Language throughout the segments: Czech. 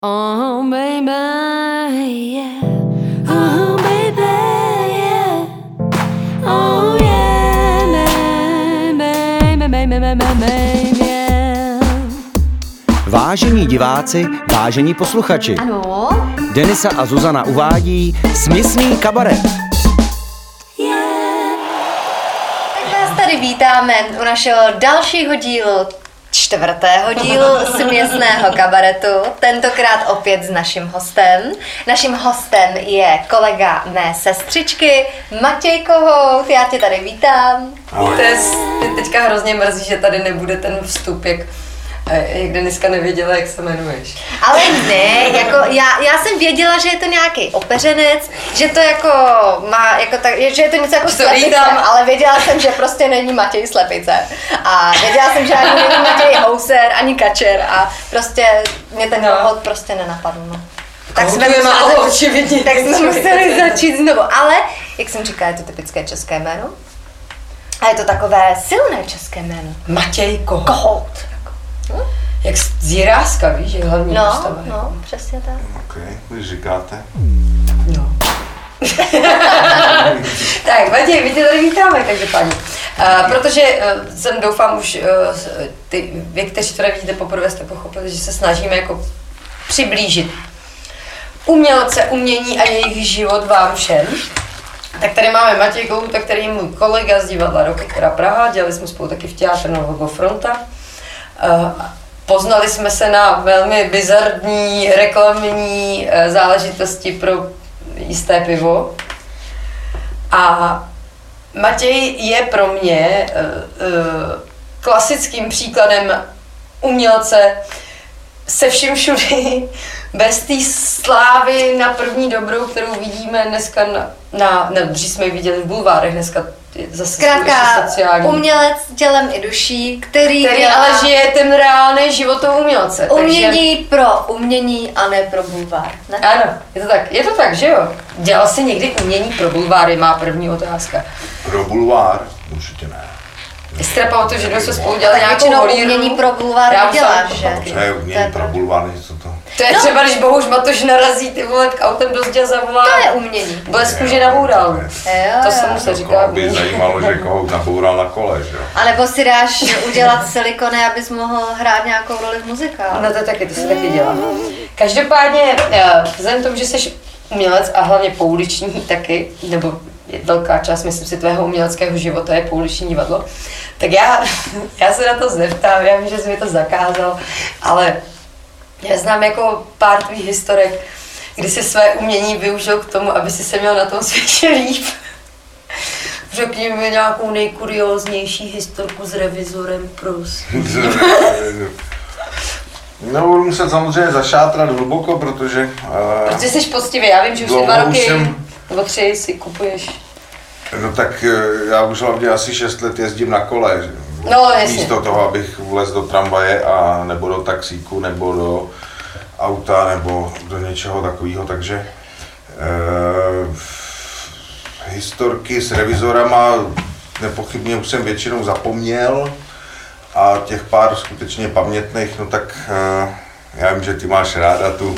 Oh baby, yeah. Oh baby, yeah. Oh yeah, baby, yeah. Vážení diváci, vážení posluchači. Ano? Denisa a Zuzana uvádí Směsný kabaret. Tak vás tady vítáme u našeho dalšího dílu, 4. dílu Směsného kabaretu, tentokrát opět s naším hostem. Naším hostem je kolega mé sestřičky, Matěj Kohout, já tě tady vítám. Mě teďka hrozně mrzí, že tady nebude ten vstup, jak Deniska nevěděla, jak se jmenuješ. Ale ne, jako já jsem věděla, že je to nějaký opeřenec, že to jako má, jako tak, že je to něco jako slepice, ale věděla jsem, že prostě není Matěj Slepice. A věděla jsem, že ani není Matěj Houser, ani Kačer a prostě mě ten Kohout prostě nenapadl. No. Tak jsme museli začít znovu, ale jak jsem říkala, je to typické české jméno. A je to takové silné české jméno. Matěj Kohout. Kohout. Jak z Jiráska, víš, že hlavní postava. No, přesně tak. Ok, když říkáte. No. Tak, Matěj, my tě tady vítáme, každopádně. Protože jsem doufám už, vy, kteří to nevidíte poprvé, jste pochopili, že se snažíme jako přiblížit umělce, umění a jejich život vám všem. Tak tady máme Matěj Kohouta, který je můj kolega z divadla Rock Opera Praha, dělali jsme spolu taky v teátru Nového fronta. Poznali jsme se na velmi bizarní reklamní záležitosti pro jisté pivo. A Matěj je pro mě klasickým příkladem umělce se vším všudy, bez té slávy na první dobrou, kterou vidíme dneska dřív jsme ji viděli v bulvárech, dneska zase zkrátka, sociální. Umělec tělem i duší, který ale žije ten reálný život toho umělce. Umění pro umění a ne pro bulvár, ne? Ano, je to tak, že jo? Dělal jsi někdy umění pro bulváry, má první otázka. Pro bulvár? Určitě ne. Ty jsi teda pamatuju, že když jsme spolu dělali nějakou většinou holíru. umění pro bulvár neděláš, že? Co je umění pro bulvár, něco to? To je třeba, když Bohuž Matoš narazí ty vole k autem do zdi a zavolá. To je umění. Blesku, že naboural. To se mu se říká. By zajímalo, že Kohout naboural na kole, že jo? A nebo si dáš udělat silikony, abys mohl hrát nějakou roli v muzikálu. No to taky, to se taky dělá. Každopádně, vzhledem k tomu, že jsi umělec a hlavně pouliční taky, nebo velká část, myslím si, tvého uměleckého života je pouliční divadlo, tak já se na to zeptám, já vím, že jsi mi to zakázal, ale já znám jako pár tvých historek, kdy jsi své umění využil k tomu, aby si se měl na tom světě líp. Řekni mi nějakou nejkurióznější historku s revizorem, prosím. No, budu muset samozřejmě zašátrat hluboko, protože... Protože jsi poctivý, já vím, že už 2 roky nebo 3 si kupuješ. No tak já už hlavně asi 6 let jezdím na kole. No, jasně. Místo toho, abych vlez do tramvaje a nebo do taxíku, nebo do auta, nebo do něčeho takového, takže historky s revizorama nepochybně už jsem většinou zapomněl a těch pár skutečně pamětných, no tak já vím, že ty máš ráda tu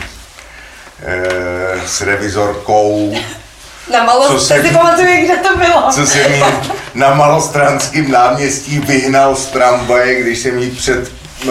s revizorkou. Si pamatuju, kde to bylo. Co jsem jí na Malostranském náměstí vyhnal z tramvaje, když jsem jí před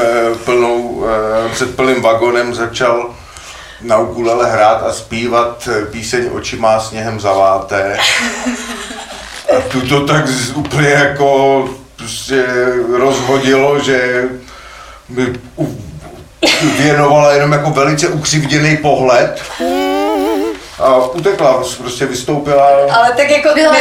plným vagonem začal na ukulele hrát a zpívat píseň Oči má sněhem zaváté. A tuto tak úplně jako prostě rozhodilo, že mi věnovala jenom jako velice ukřivděný pohled. A utekla, prostě vystoupila. Ale tak jako... Bylo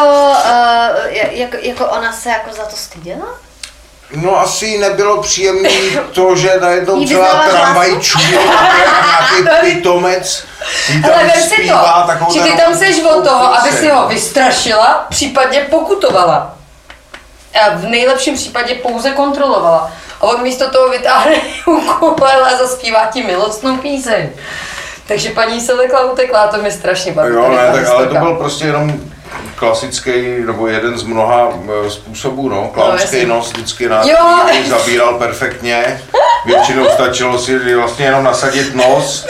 jako ona se jako za to styděla? No asi nebylo příjemný to, že najednou celá tramvaj čuje nějaký pitomec, ale vem si to, že ty tam seš od toho, aby si ho vystrašila, případně pokutovala. A v nejlepším případě pouze kontrolovala. A on místo toho vytáhne ukulele a zaspívá ti milostnou píseň. Takže paní se lekla, utekla a to mi strašně baví. Jo, ne, tak, ale to byl prostě jenom klasický, nebo jeden z mnoha způsobů, no. Klaunský nos vždycky na zabíral perfektně. Většinou stačilo si vlastně jenom nasadit nos,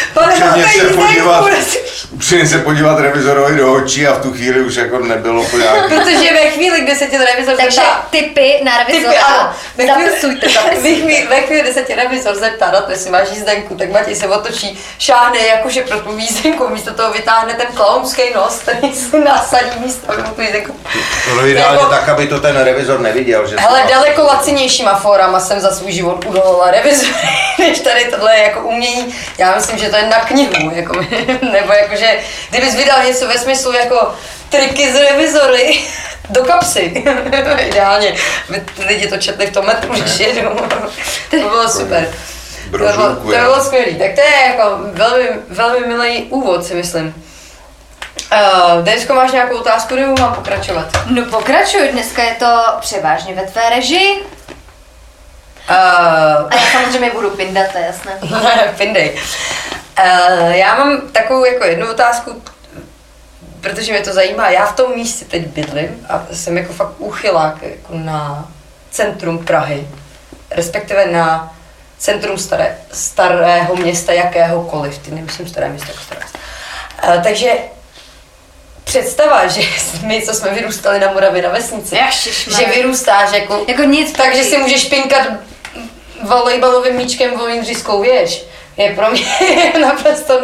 upřímně se podívat revizorovi do očí a v tu chvíli už jako nebylo pořádně. Protože ve chvíli, kdy se tě revizor Takže tipy na revizora, zapisujte. Ve chvíli, kdy se tě revizor zeptá na to, jestli máš jízdenku, tak Matěj se otočí, šáhne jakože pro tu jízdenku, místo toho vytáhne ten klaunský nos, který si nasadí místo tu jízdenku. No ideálně jako, tak, aby to ten revizor neviděl. Že hele, daleko lacinějšíma fórama jsem za svůj život udolala revizory, než tady tohle jako umění. Já myslím, že to je na knihu, jako, nebo jakože, kdybys vydal něco ve smyslu jako triky z revizory do kapsy. Ideálně. Lidi to četli v tom metru, když jedu. To bylo super. To bylo skvělý. Tak to je jako velmi milý úvod, si myslím. Denisko, máš nějakou otázku, nebo mám pokračovat? No pokračuj, dneska je to převážně ve tvé režii. A já samozřejmě budu pindat, to je jasné. Pindej. Já mám takovou jako jednu otázku, protože mě to zajímá. Já v tom místě teď bydlím a jsem jako fakt úchylák jako na centrum Prahy, respektive na centrum starého města jakéhokoliv, ty nemyslím staré město jako staré. Takže představa, že my, co jsme vyrůstali na Moravě na vesnici, že vyrůstáš jako nic, takže si můžeš pinkat volejbalovým míčkem o Jindřišskou věž, je pro mě naprosto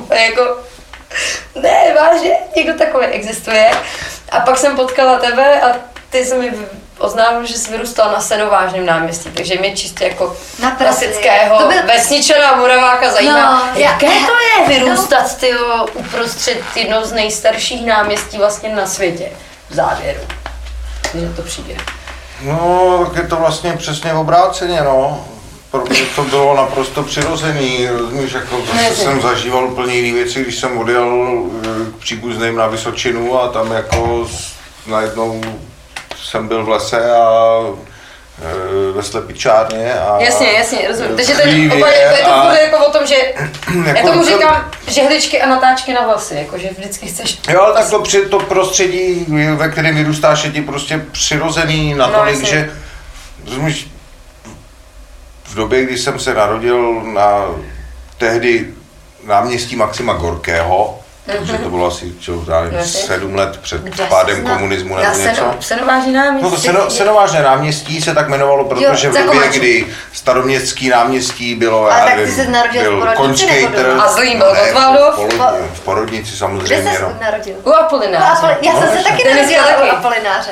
ne, vážně, někdo takový existuje. A pak jsem potkala tebe a ty jsi mi oznámil, že jsi vyrůstal na Senovážném náměstí, takže mě čistě jako klasického vesničana Moraváka zajímá, jaké to je vyrůstat uprostřed jednoho z nejstarších náměstí vlastně na světě, v závěru, když to přijde. No, tak je to vlastně přesně obráceně, no. Pro mě to bylo naprosto přirozený, rozumíš, jako zase jsem zažíval úplně jiné věci, když jsem odjel k příbuzným na Vysočinu a tam jako najednou jsem byl v lese a ve slepičárně a... Jasně, rozumím. Takže je to bude jako o tom, že já tomu říkám žehličky a natáčky na vlasy, jakože vždycky chceš... Jo, ale tak to prostředí, ve kterém vyrůstáš, je ti prostě přirozený natolik, že rozumíš, v době, kdy jsem se narodil na tehdy náměstí Maxima Gorkého, protože to bylo asi 7 let před pádem komunismu nebo něco. Senovážné náměstí. No to Senovážné náměstí se tak jmenovalo, protože v době, kdy Staroměstský náměstí bylo, já nevím, byl Koňský trh. A Zlín byl Gotwaldov? V Porodnici samozřejmě. Kde jsi narodil? U Apolináře. Já jsem se taky narodila u Apolináře.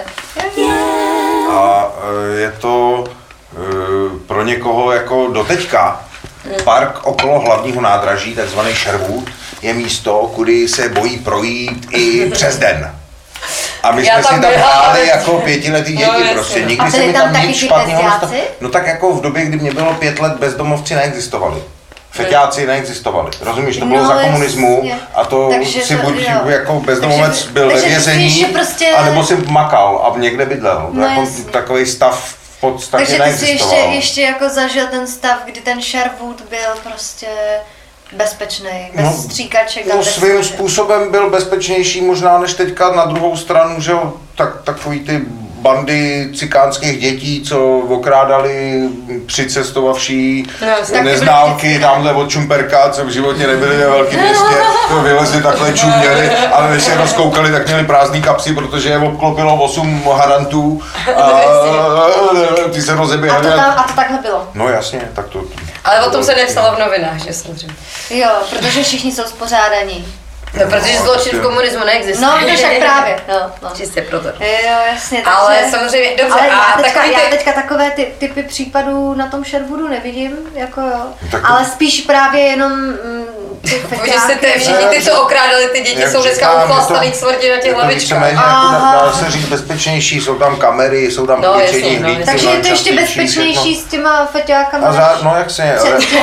A je to pro někoho jako doteďka park okolo hlavního nádraží, takzvaný Sherwood, je místo, kudy se bojí projít i přes den. A my jsme si tam hráli jako 5letý děti, prostě nikdy se mi tam nic špatného nestalo. No tak jako v době, kdy mě bylo 5 let, bezdomovci neexistovali. Feťáci neexistovali, rozumíš, to bylo za komunismu a to si buď jako bezdomovec byl ve vězení, anebo si makal a někde bydlel. Jako takový stav v podstatě neexistoval. Takže ty jsi ještě jako zažil ten stav, kdy ten Sherwood byl prostě bezpečný, bez stříkaček. No svým způsobem byl bezpečnější možná než teďka, na druhou stranu, že jo, takový ty bandy cikánských dětí, co okrádali přicestovavší neználky tamhle od Čumperka, co v životě nebyli ve velkém městě, to vylezli takhle čuměli, ale než se rozkoukali, tak měli prázdný kapsy, protože je obklopilo 8 harantů a ty se rozeběhali. A to takhle bylo? No jasně, tak to... Ale o tom se nepsalo v novinách, že samozřejmě. Jo, protože všichni jsou spořádaní. No, protože zločin v komunismu neexistuje. No, to však právě. No. Čistě proto. Jo, jasně. Ale samozřejmě, dobře. Ale já teďka takové typy případů na tom Sherwoodu nevidím, jako jo. Ale spíš právě jenom ty feťáky. Všichni ty, co okrádali ty děti, jsou dneska uchlastaný k smrti na těch hlavičkách. Dá se říct bezpečnější, jsou tam kamery, jsou tam policejní hlídky. Takže je to ještě bezpečnější s těma feťákama. No jak se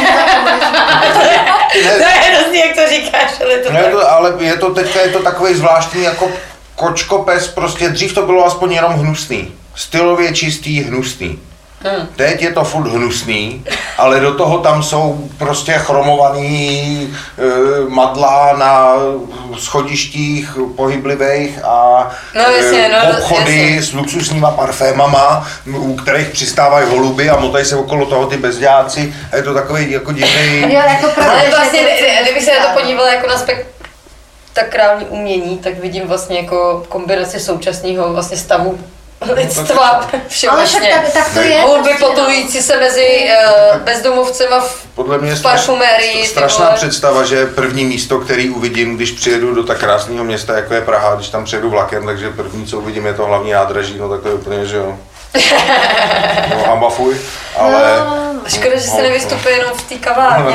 To je hrozný, jak to říkáš, ale je to teďka takový zvláštní jako kočkopes, prostě dřív to bylo aspoň jenom hnusný. Stylově čistý, hnusný. Teď je to furt hnusný, ale do toho tam jsou prostě chromovaný madla na schodištích pohyblivých a obchody s luxusníma parfémama, u kterých přistávají holuby a motají se okolo toho ty bezděláci a je to takový jako divný. Ale vlastně, kdybych se na to podívala jako na spektakrální umění, tak vidím vlastně jako kombinaci současného vlastně stavu lidstva všeobecně. Tak to je. Holuby potulující se mezi bezdomovcema podle mě v parfumérii. Strašná představa, že první místo, který uvidím, když přijedu do tak krásného města, jako je Praha, když tam přijedu vlakem, takže první, co uvidím, je to hlavní nádraží, no tak to je úplně, že jo. No, hambafuj, ale... Škoda, že se nevystupuje jenom v té kavárně.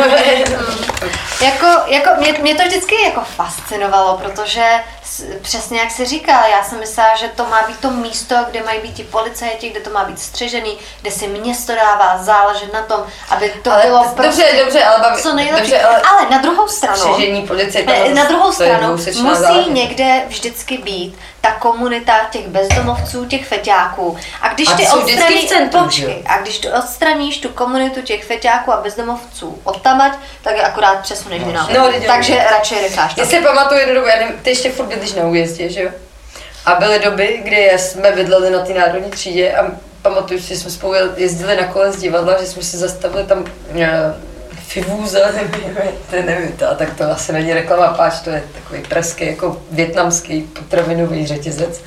Mě to vždycky jako fascinovalo, protože přesně jak jsi říkal, já jsem myslela, že to má být to místo, kde mají být ti policajti, kde to má být střežený, kde si město dává záležet na tom, aby to bylo prostě dobře, ale co nejlepší. Ale na druhou stranu, střežení policajta, musí někde vždycky být ta komunita těch bezdomovců, těch feťáků. A když ty odstraníš tu komunitu těch feťáků a bezdomovců odtamať, tak je akorát přesuneš jinam. Takže radši necháš tam. Já si pamatuju jednu dobu, ty ještě furt bydlíš na Újezdě, že jo? A byly doby, kdy jsme bydleli na té národní třídě a pamatuju, že jsme spolu jezdili na kole z divadla, že jsme se zastavili tam Fivúza, nevím, tak to asi není reklama, páč, to je takový pražský, jako vietnamský potravinový řetězec.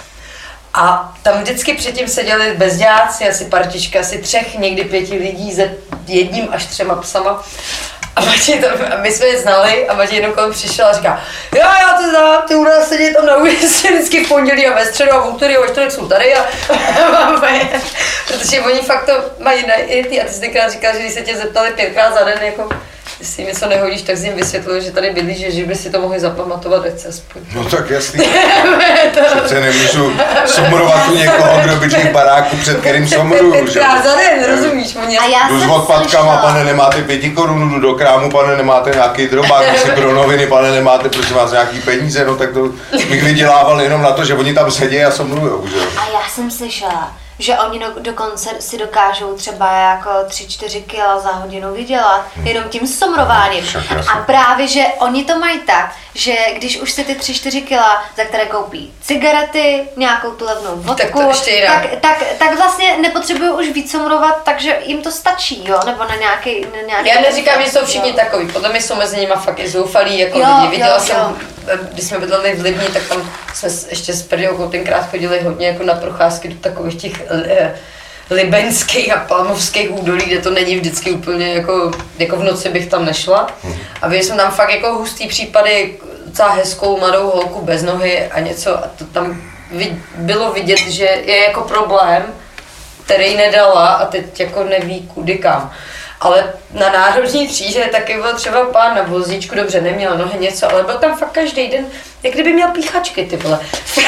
A tam vždycky předtím seděli bezděláci, asi partička, asi 3, někdy 5 lidí se 1 až 3 psama. A my jsme je znali a Matěj jednou kolem přišel a říká, já to znám, ty u nás sedí tam na Újezdě vždycky v pondělí a ve středu a v úterý a ve čtvrtek jsou tady a protože oni fakt to mají na a ty jsi tenkrát říkal, že když se tě zeptali 5krát za den, jako jestli něco nehodíš, tak jsi jim vysvětlil, že tady bydlíš, že by si to mohli zapamatovat, ať se aspoň. No tak jasný. Přece nemůžu somrovat u někoho, kdo bydlí v baráku, před kterým somruju, že? 5krát za den, rozumíš mě? Jdu s odpadkama, pane, nemáte 5 korun, jdu do krámu, pane, nemáte nějaký drobák, jdu si pro noviny, pane, nemáte prosím vás nějaký peníze, no tak to bych vydělával jenom na to, že oni tam sedí a somrujou, že? A já jsem slyšela, že oni dokonce si dokážou třeba jako 3-4 kila za hodinu vydělat jenom tím somrováním. A právě, že oni to mají tak, že když už si ty 3-4 kila, za které koupí cigarety, nějakou tu levnou vodku, tak vlastně nepotřebují už víc somrovat, takže jim to stačí, jo? Nebo na nějaký Já neříkám, že jsou všichni takový, podle mě jsou mezi nimi fakt i zoufalí, jako lidi. Viděla jsem, když jsme bydleli v Libni, tak tam jsme ještě s Perdioukou tenkrát chodili hodně jako na procházky do takových těch libeňských a palmovských údolí, kde to není vždycky úplně jako v noci bych tam nešla. A viděli jsme tam fakt jako hustý případy, docela hezkou mladou holku bez nohy a něco a to tam bylo vidět, že je jako problém, který nedala a teď jako neví kudy kam. Ale na národní třídě taky byl třeba pán na vozíčku, dobře, neměl nohy něco, ale byl tam fakt každý den, jak kdyby měl píchačky, ty vole.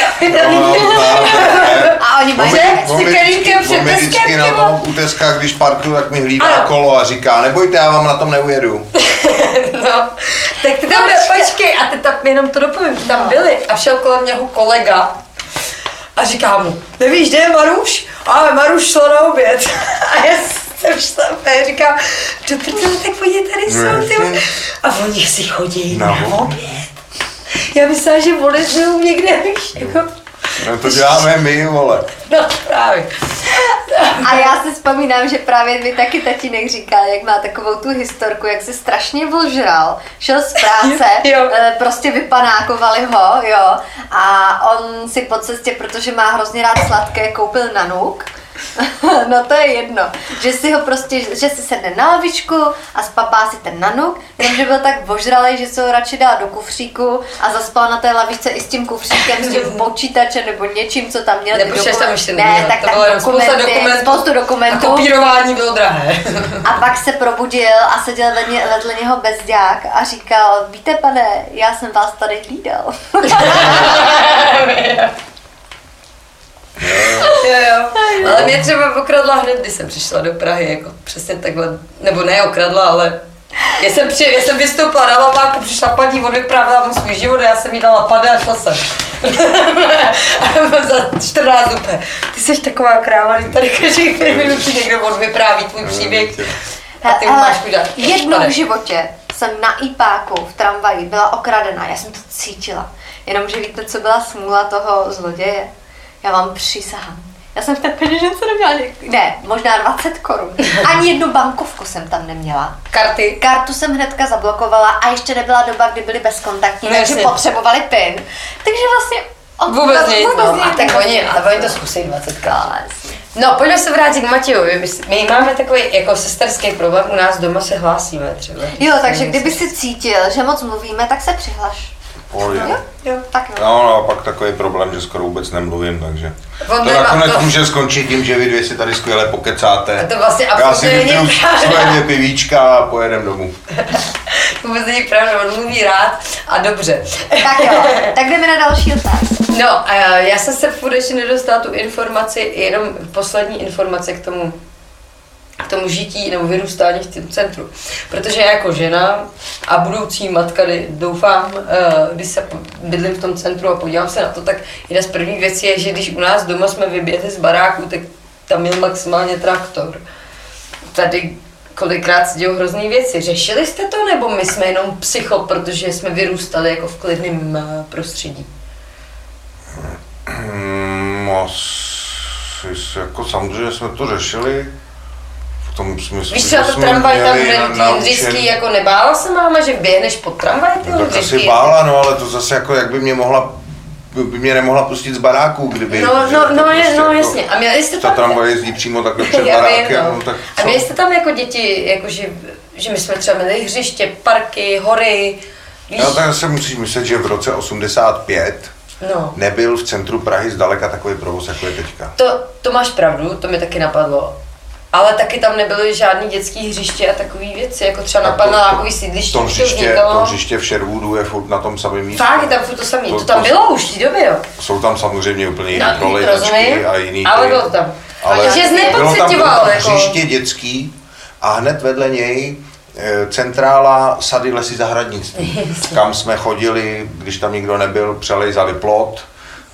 A oni mají vždycky na tom u Teska, když parkuju, tak mi hlídá kolo a říká, nebojte, já vám na tom neujedu. No, tak ty tam počkej, a ty tam jenom to dopovím, tam byli a šel kolem něho kolega a říká mu, nevíš, kde je Maruš? Ale Maruš šla na oběd. A já jsem šla a říkám, do prdele, tak oni tady jsou, ty. A oni si chodí na oběd. Já myslela, že oni jsou někde, víš, jako. No to děláme my, vole. No právě. A já si vzpomínám, že právě mi taky tatínek říkal, jak má takovou tu historku, jak se strašně ožral, šel z práce, prostě vypanákovali ho, jo, a on si po cestě, protože má hrozně rád sladké, koupil nanuk. No to je jedno, že si ho prostě, že si sedne na lavičku a spapá si ten nanuk, jenomže byl tak ožralej, že se ho radši dal do kufříku a zaspal na té lavičce i s tím kufříkem, s tím počítačem nebo něčím, co tam měl. Nebo tam ještě ne, tak tam spoustu dokumentů. A kopírování bylo drahé. A pak se probudil a seděl vedle něho bezďák a říkal, víte pane, já jsem vás tady hlídal. Jo. Ale mě třeba okradla hned, když jsem přišla do Prahy, jako přesně takhle, nebo ne okradla, ale Já jsem vystoupila na laváku, přišla paní, odvyprávila mu svůj život a já jsem jí dala pade a šla jsem. Za 14 úplně. Ty jsi taková kráva, že tady každých 5 minut ti někdo odvypráví tvůj příběh. A ty máš udělat. Jednou v životě jsem na IPáku v tramvaji byla okradená, já jsem to cítila. Jenomže víte, co byla smůla toho zloděje? Já vám přísahám. Já jsem v té peněžence neměla ne, možná 20 korun. Ani jednu bankovku jsem tam neměla. Kartu jsem hnedka zablokovala a ještě nebyla doba, kdy byli bezkontaktní, takže potřebovali PIN. Takže vlastně vůbec nic. A tak oni to zkusí 20krát. No, pojďme se vrátit k Matějovi. My máme takový jako sesterský problém, u nás doma se hlásíme třeba. Jo, takže kdyby si cítil, že moc mluvíme, tak se přihlaš. Jo, tak jo. No, a pak takový problém, že skoro vůbec nemluvím, takže to nakonec může skončit tím, že vy dvě si tady skvěle pokecáte. A to vlastně já si vypiju svoje 2 pivíčka a pojedem domů. Vůbec není pravda, on mluví rád a dobře. Tak jo, tak jdeme na další otázku. No, já jsem se furt ještě nedostala tu informaci, jenom poslední informace k tomu žití nebo vyrůstání v tom centru. Protože jako žena a budoucí matka, doufám, když se bydlím v tom centru a podívám se na to, tak jedna z prvních věcí je, že když u nás doma jsme vyběhli z baráku, tak tam měl maximálně traktor. Tady kolikrát se dějou hrozný věci. Řešili jste to, nebo my jsme jenom psycho, protože jsme vyrůstali jako v klidném prostředí? Jako samozřejmě jsme to řešili. V tom smyslu, víš, třeba to tramvaj tam Jindřišský, jako nebála se máma, že běhneš pod tramvaj ty Jindřišky? Tak asi bála, no ale to zase jako, jak by mě nemohla pustit z baráku, kdyby... No jasně. A měli jste tam... Ta tramvaj jezdí přímo takhle před barákem, no tak a měli jste tam jako děti, jakože, že my jsme třeba měli hřiště, parky, hory, víš? No tak se musíš myslet, že v roce 85 nebyl v centru Prahy zdaleka takový provoz, jako je teďka. To máš pravdu, to mi taky napadlo. Ale taky tam nebyly žádný dětský hřiště a takové věci, jako třeba na panelákový sídliště. To hřiště v Sherwoodu je furt na tom samém místě. Fakt, je tam furt to samé. To tam bylo už v té době, jo? Jsou tam samozřejmě úplně jiné kolejičky a jiný. Ale bylo tam. Ale že bylo tam jako... hřiště dětský a hned vedle něj centrála sady lesy zahradnictví, kam jsme chodili, když tam nikdo nebyl, přelejzali plot,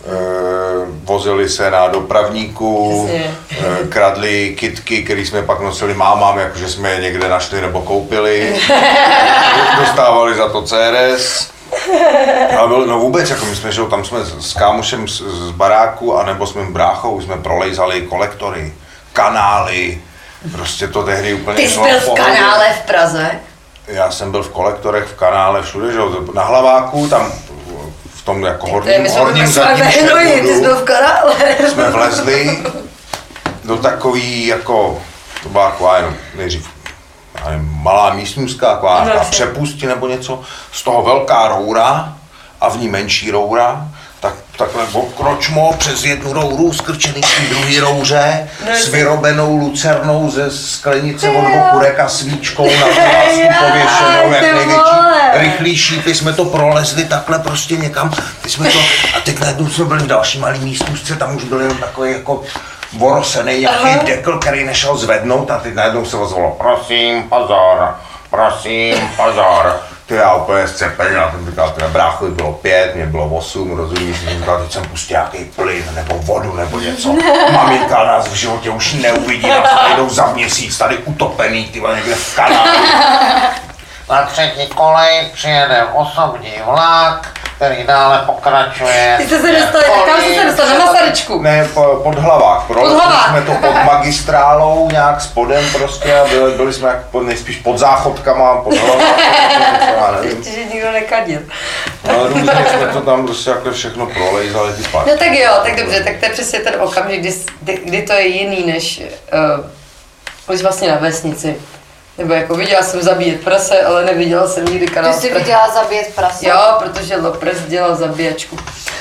vozili se na dopravníku, kradli kytky, které jsme pak nosili mámám, jakože jsme je někde našli nebo koupili, dostávali za to CRS. Ale no vůbec, jako my jsme šli, tam jsme s kámošem z baráku, anebo jsme bráchou, jsme prolejzali kolektory, kanály, prostě to tehdy úplně... Ty jsi byl v kanále v Praze? Já jsem byl v kolektorech, v kanále, všude, že na Hlaváku, tam v tom jako horním zadním Sherwoodu jsme vlezli do takový jako, to byla taková jenom nejdřív malá místnůstka, taková přepusti nebo něco, z toho velká roura a v ní menší roura, takhle okročmo přes jednu rouru skrčený k druhý rouře s vyrobenou lucernou ze sklenice od okurek a svíčkou na pásku pověšenou, jak největší. Rychlý šípy jsme to prolezli takhle prostě někam. A teď najednou jsme byli v další malý místnůstce, tam už byl jenom takový jako vorosený nějaký dekl, který nešel zvednout a teď najednou se ozvalo prosím pozor. Ty já úplně zcepený, já jsem říkal, ty bráchovi bylo 5, mě bylo 8, rozumíš, jsem říkal, teď jsem pustil nějaký plyn nebo vodu nebo něco. Maminka nás v životě už neuvidí, nás najdou za měsíc tady utopený, tyhle někde v kanálu. Na třetí kolej přijede osobní vlak, který dále pokračuje. Ty jste se dostali, kam jste se dostali? Na Masaryčku? Ne, pod Hlavák. Prolezli jsme to pod magistrálou, nějak spodem prostě a byli jsme jak nejspíš pod záchodkama, pod Hlavákem. Ještě, že nikdo nekadil. No různě jsme to tam prostě jako všechno prolejzali ty parky. No tak jo, tak dobře, tak to je přesně ten okamžik, kdy to je jiný než když vlastně na vesnici. Nebo jako viděla jsem zabíjet prase, ale neviděla jsem nikdy kanál. Ty jsi viděla zabíjet prase? Jo, protože Lopres dělal zabíjačku.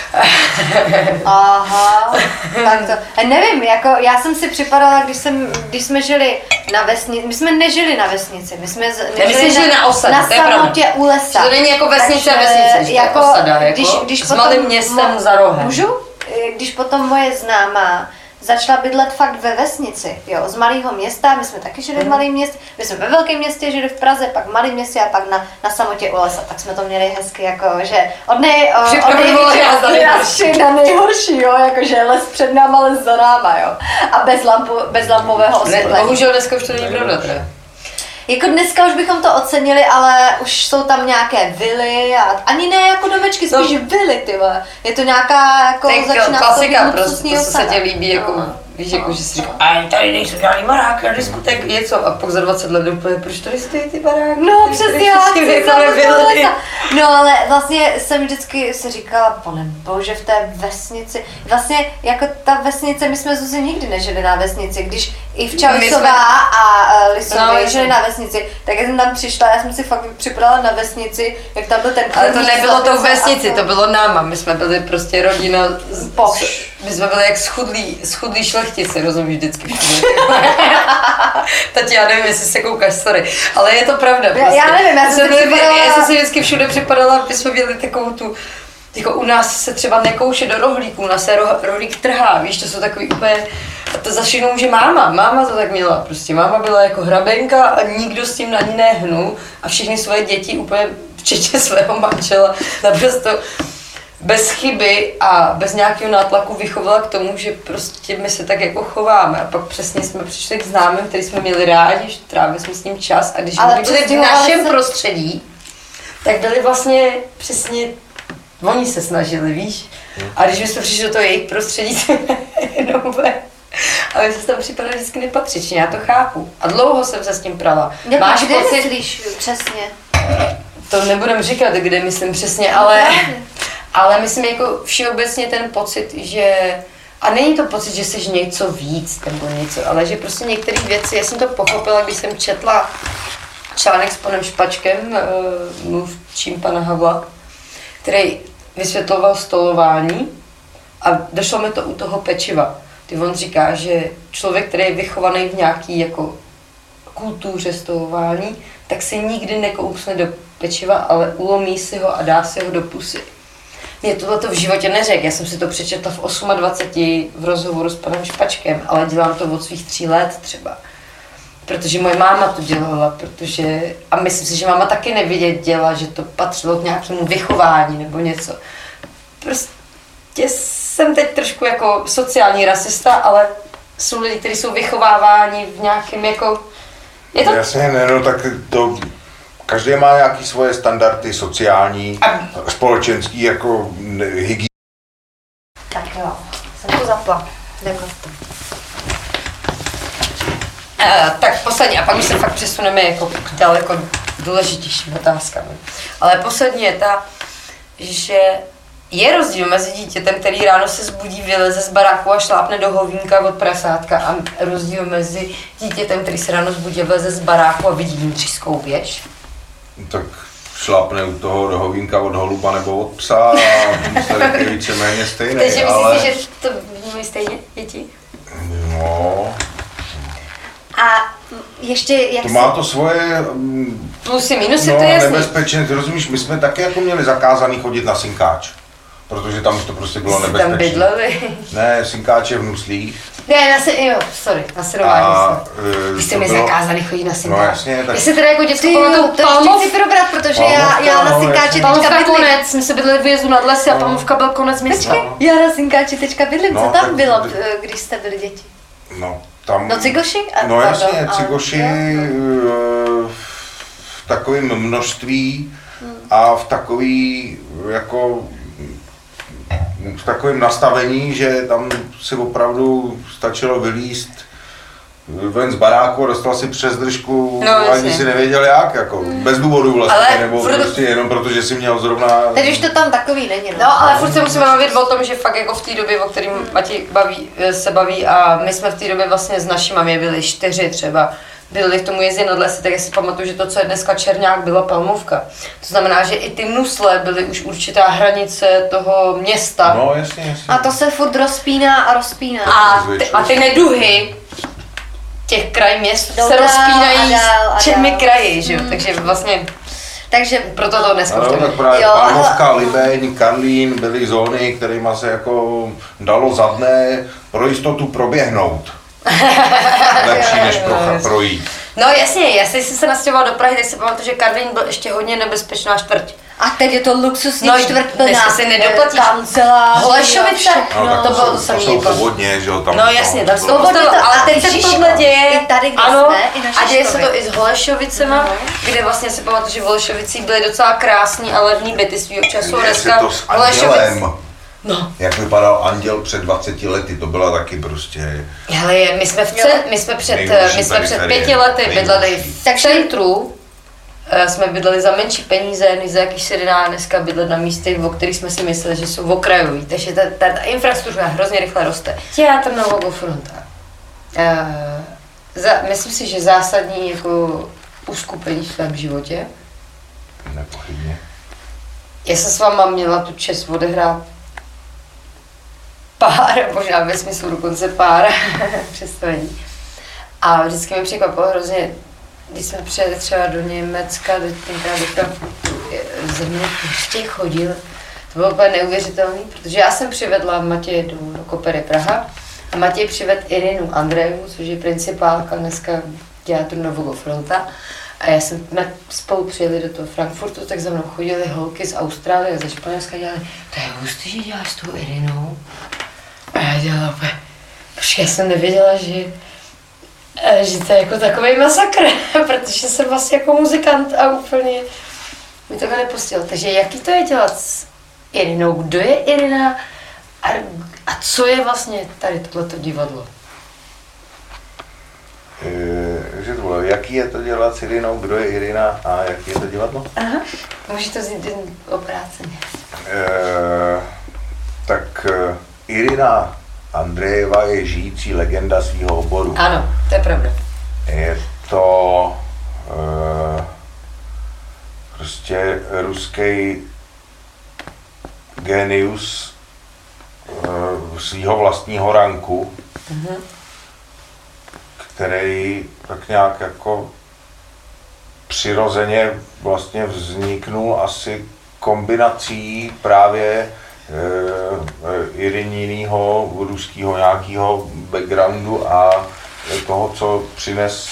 Aha, tak to. Nevím, jako já jsem si připadala, když jsme žili na vesnici, my jsme nežili na vesnici, my jsme žili na osadě, na samotě u lesa. To není jako vesnice a vesnice, že jako, osada, jako když s malým městem za rohem. Můžu? Když potom moje známá začala bydlet fakt ve vesnici, jo, z malého města, my jsme taky žili v malém městě, my jsme ve velkém městě žili v Praze, pak v malém městě a pak na samotě u lesa, tak jsme to měli hezky, jako, že od nejhorší na nejhorší, jo, jakože les před náma, les za náma, jo, a bez lampového osvětlení. Bohužel dneska už to není pravda, teda. Jako dneska už bychom to ocenili, ale už jsou tam nějaké vily a ani ne jako domečky, spíš vily, ty vole. Je to nějaká jako začíná klasika prostě, to se tě líbí, jako, víš, jako, že si říká, a tady nejsou žádný barák, na diskoték, něco, a pak za 20 let úplně, proč tady stojí ty baráky? No přesně, no ale vlastně jsem vždycky si říkala, pane bože, v té vesnici, vlastně jako ta vesnice, my jsme Zuzi nikdy nežili na vesnici, když i v Čavisová a Lisová žili na vesnici, tak já jsem tam přišla, já jsem si fakt připadala na vesnici, jak tam byl ten ale to nebylo to v vesnici, to bylo náma, my jsme byli prostě rodina, my jsme byli jak schudlí šlechtici, rozumíš, vždycky všude. Tati, já nevím, jestli se koukáš, sorry, ale je to pravda prostě. Já nevím, já jsem si vždycky všude připadala, my jsme měli takovou tu, jako u nás se třeba nekouše do rohlíků, u nás se rohlík trhá, víš, to jsou takový úplně, a to za všechno může máma to tak měla, prostě máma byla jako hrabenka a nikdo s tím na ní nehnul a všechny svoje děti úplně, včetně svého manžela, naprosto bez chyby a bez nějakého nátlaku vychovala k tomu, že prostě my se tak jako chováme a pak přesně jsme přišli k známým, který jsme měli rádi, že trávili jsme s ním čas a když byli v našem prostředí, tak byli vlastně přesně, oni se snažili, víš, a když jsme přišli do toho jejich prostředí, jenom a my se tam připadali vždycky nepatřičně, já to chápu a dlouho jsem se s tím prala. Máš pocit, myslíš přesně? To nebudem říkat, kde myslím přesně, ale myslím jako všeobecně ten pocit, že a není to pocit, že jsi něco víc nebo něco, ale že prostě některé věci, já jsem to pochopila, když jsem četla článek s panem Špačkem, mluvčím pana Havla, který vysvětloval stolování a došlo mi to u toho pečiva. On říká, že člověk, který je vychovaný v nějaký jako kultuře stolování, tak se nikdy nekousne do pečiva, ale ulomí si ho a dá si ho do pusy. Mě tohleto v životě neřekl, já jsem si to přečetla v 28 v rozhovoru s panem Špačkem, ale dělám to od svých 3 let třeba. Protože moje máma to dělala, a myslím si, že máma taky nevěděla, že to patřilo k nějakému vychování nebo něco. Prostě jsem teď trošku jako sociální rasista, ale jsou lidi, kteří jsou vychováváni v nějakém jako... Je to... Jasně, no tak to... Každý má nějaké svoje standardy sociální, společenský, jako hygieny. Tak jo, jsem to zapla. Tak poslední, a pak už se fakt přesuneme jako k daleko důležitějším otázkám. Ale poslední je ta, že je rozdíl mezi dítětem, který ráno se zbudí, vyleze z baráku a šlápne do hovínka od prasátka a rozdíl mezi dítětem, který se ráno zbudí, vyleze z baráku a vidí vnitřiskou věž. Tak šlápne u toho do hovínka od holuba nebo od psa a výsledek je víceméně stejný, takže ale... myslíš si, že to vnímají stejně děti? No... A ještě jak to má to svoje... Plusy, minusy, no, to je jasný. nebezpečné, ty rozumíš, my jsme taky jako měli zakázaný chodit na synkáč. Protože tam už to prostě bylo nebezpečné. Tam bydleli? Ne, synkáč je v Nuslích. Ne, na syrování jsme. Vy jste mi zakázali chodit na synkáč. No jasně, tak... Jestli teda jako děcko pamatuju to chci probrat, protože já na synkáči teďka bydlím. Konec, my jsme bydleli v Jezdu nad lesy a Palmovka byl konec města. Já na synkáči teďka bydlím, co tam bylo, když jste byli děti? No, tam... No Cigoši? No jasně, Cigoši v takovém množství a v takový jako v takovém nastavení, že tam si opravdu stačilo vylízt ven z baráku a dostal si přes držku, no, ani si nevěděl jak, jako bez důvodu vlastně, ale nebo prostě jenom protože si měl zrovna... Teď už to tam takový není, no. No, ale furt se musíme bavit o tom, že fakt jako v té době, o kterým Matěj se baví a my jsme v té době vlastně s našima, mě byli 4 třeba, byli v tomu Jezdě nad lesy, tak já si pamatuju, že to, co je dneska Černák, byla Palmovka. To znamená, že i ty Nusle byly už určitá hranice toho města. No, jasně. A to se furt rozpíná a rozpíná. A ty neduhy těch kraj měst se rozpínají s 4 kraji, že jo? Takže vlastně... Takže Proto to dneska už Ano, tak tak právě Jo, Palmovka, Libeň, Karlín byly zóny, kterými se jako dalo za dne pro jistotu proběhnout. Lepší než projít. No jasně, já jsem se nastěhovala do Prahy, tak si pamatuju, že Karlín byl ještě hodně nebezpečná čtvrť. a teď je to luxusní No, čtvrt plná. dneska si nedoplatíš. Kancelář. Holešovice, No, to bylo to samý jsou jako- povodně, že jo, tam. No jasně, tam se to bylo- postavilo, ale teď se Žižkov, tohle děje, i tady, kde ano, jsme, i na a děje se Žižkově. to i s Holešovicema, kde vlastně si pamatuju, že v Holešovicích byly docela krásný a levný byty svýho času. Děje se Dneska to s Andělem. No. Jak vypadal Anděl před 20 lety, to byla taky prostě... Hele, my jsme před Nejhorší periferie. 5 lety bydleli Nejhorší. v centru, jsme bydleli za menší peníze, než za jakých se dá dneska bydlet na místech, o kterých jsme si mysleli, že jsou okrajový. Takže ta infrastruktura hrozně rychle roste. Teatr na Logofronta. Myslím si, že zásadní jako uskupení v svém životě. Nepochybně. Já jsem s váma měla tu čest odehrát možná ve smyslu dokonce pár představení. A vždycky mě překvapilo hrozně, když jsme přijeli třeba do Německa, tenkrát do Frankfurtu, země prostě chodil. To bylo úplně neuvěřitelné, protože já jsem přivedla Matěje do Kopery Praha a Matěj přivedl Irinu Andrejevu, což je principálka dneska teatru Nového fronta. A já jsme spolu přijeli do toho Frankfurtu, tak za mnou chodily holky z Austrálie a ze Španělska dělali, to je hustý, že děláš s tou Irinou. A já dělala úplně, já jsem nevěděla, že to je jako takový masakr, protože jsem vlastně jako muzikant a úplně mi to nepustilo. Takže jaký to je dělat s Irinou, kdo je Irina a co je vlastně tady tohleto divadlo? Že to bylo, jaký je to dělat s Irinou, kdo je Irina a jaký je to divadlo? Aha, může to vzít jen obráceně. Tak Irina Andrejeva je žijící legenda svého oboru. Ano, to je pravda. Je to prostě ruský genius svého vlastního ranku, který tak nějak jako přirozeně vlastně vzniknul asi kombinací právě Irinínýho ruského nějakého backgroundu a toho, co přines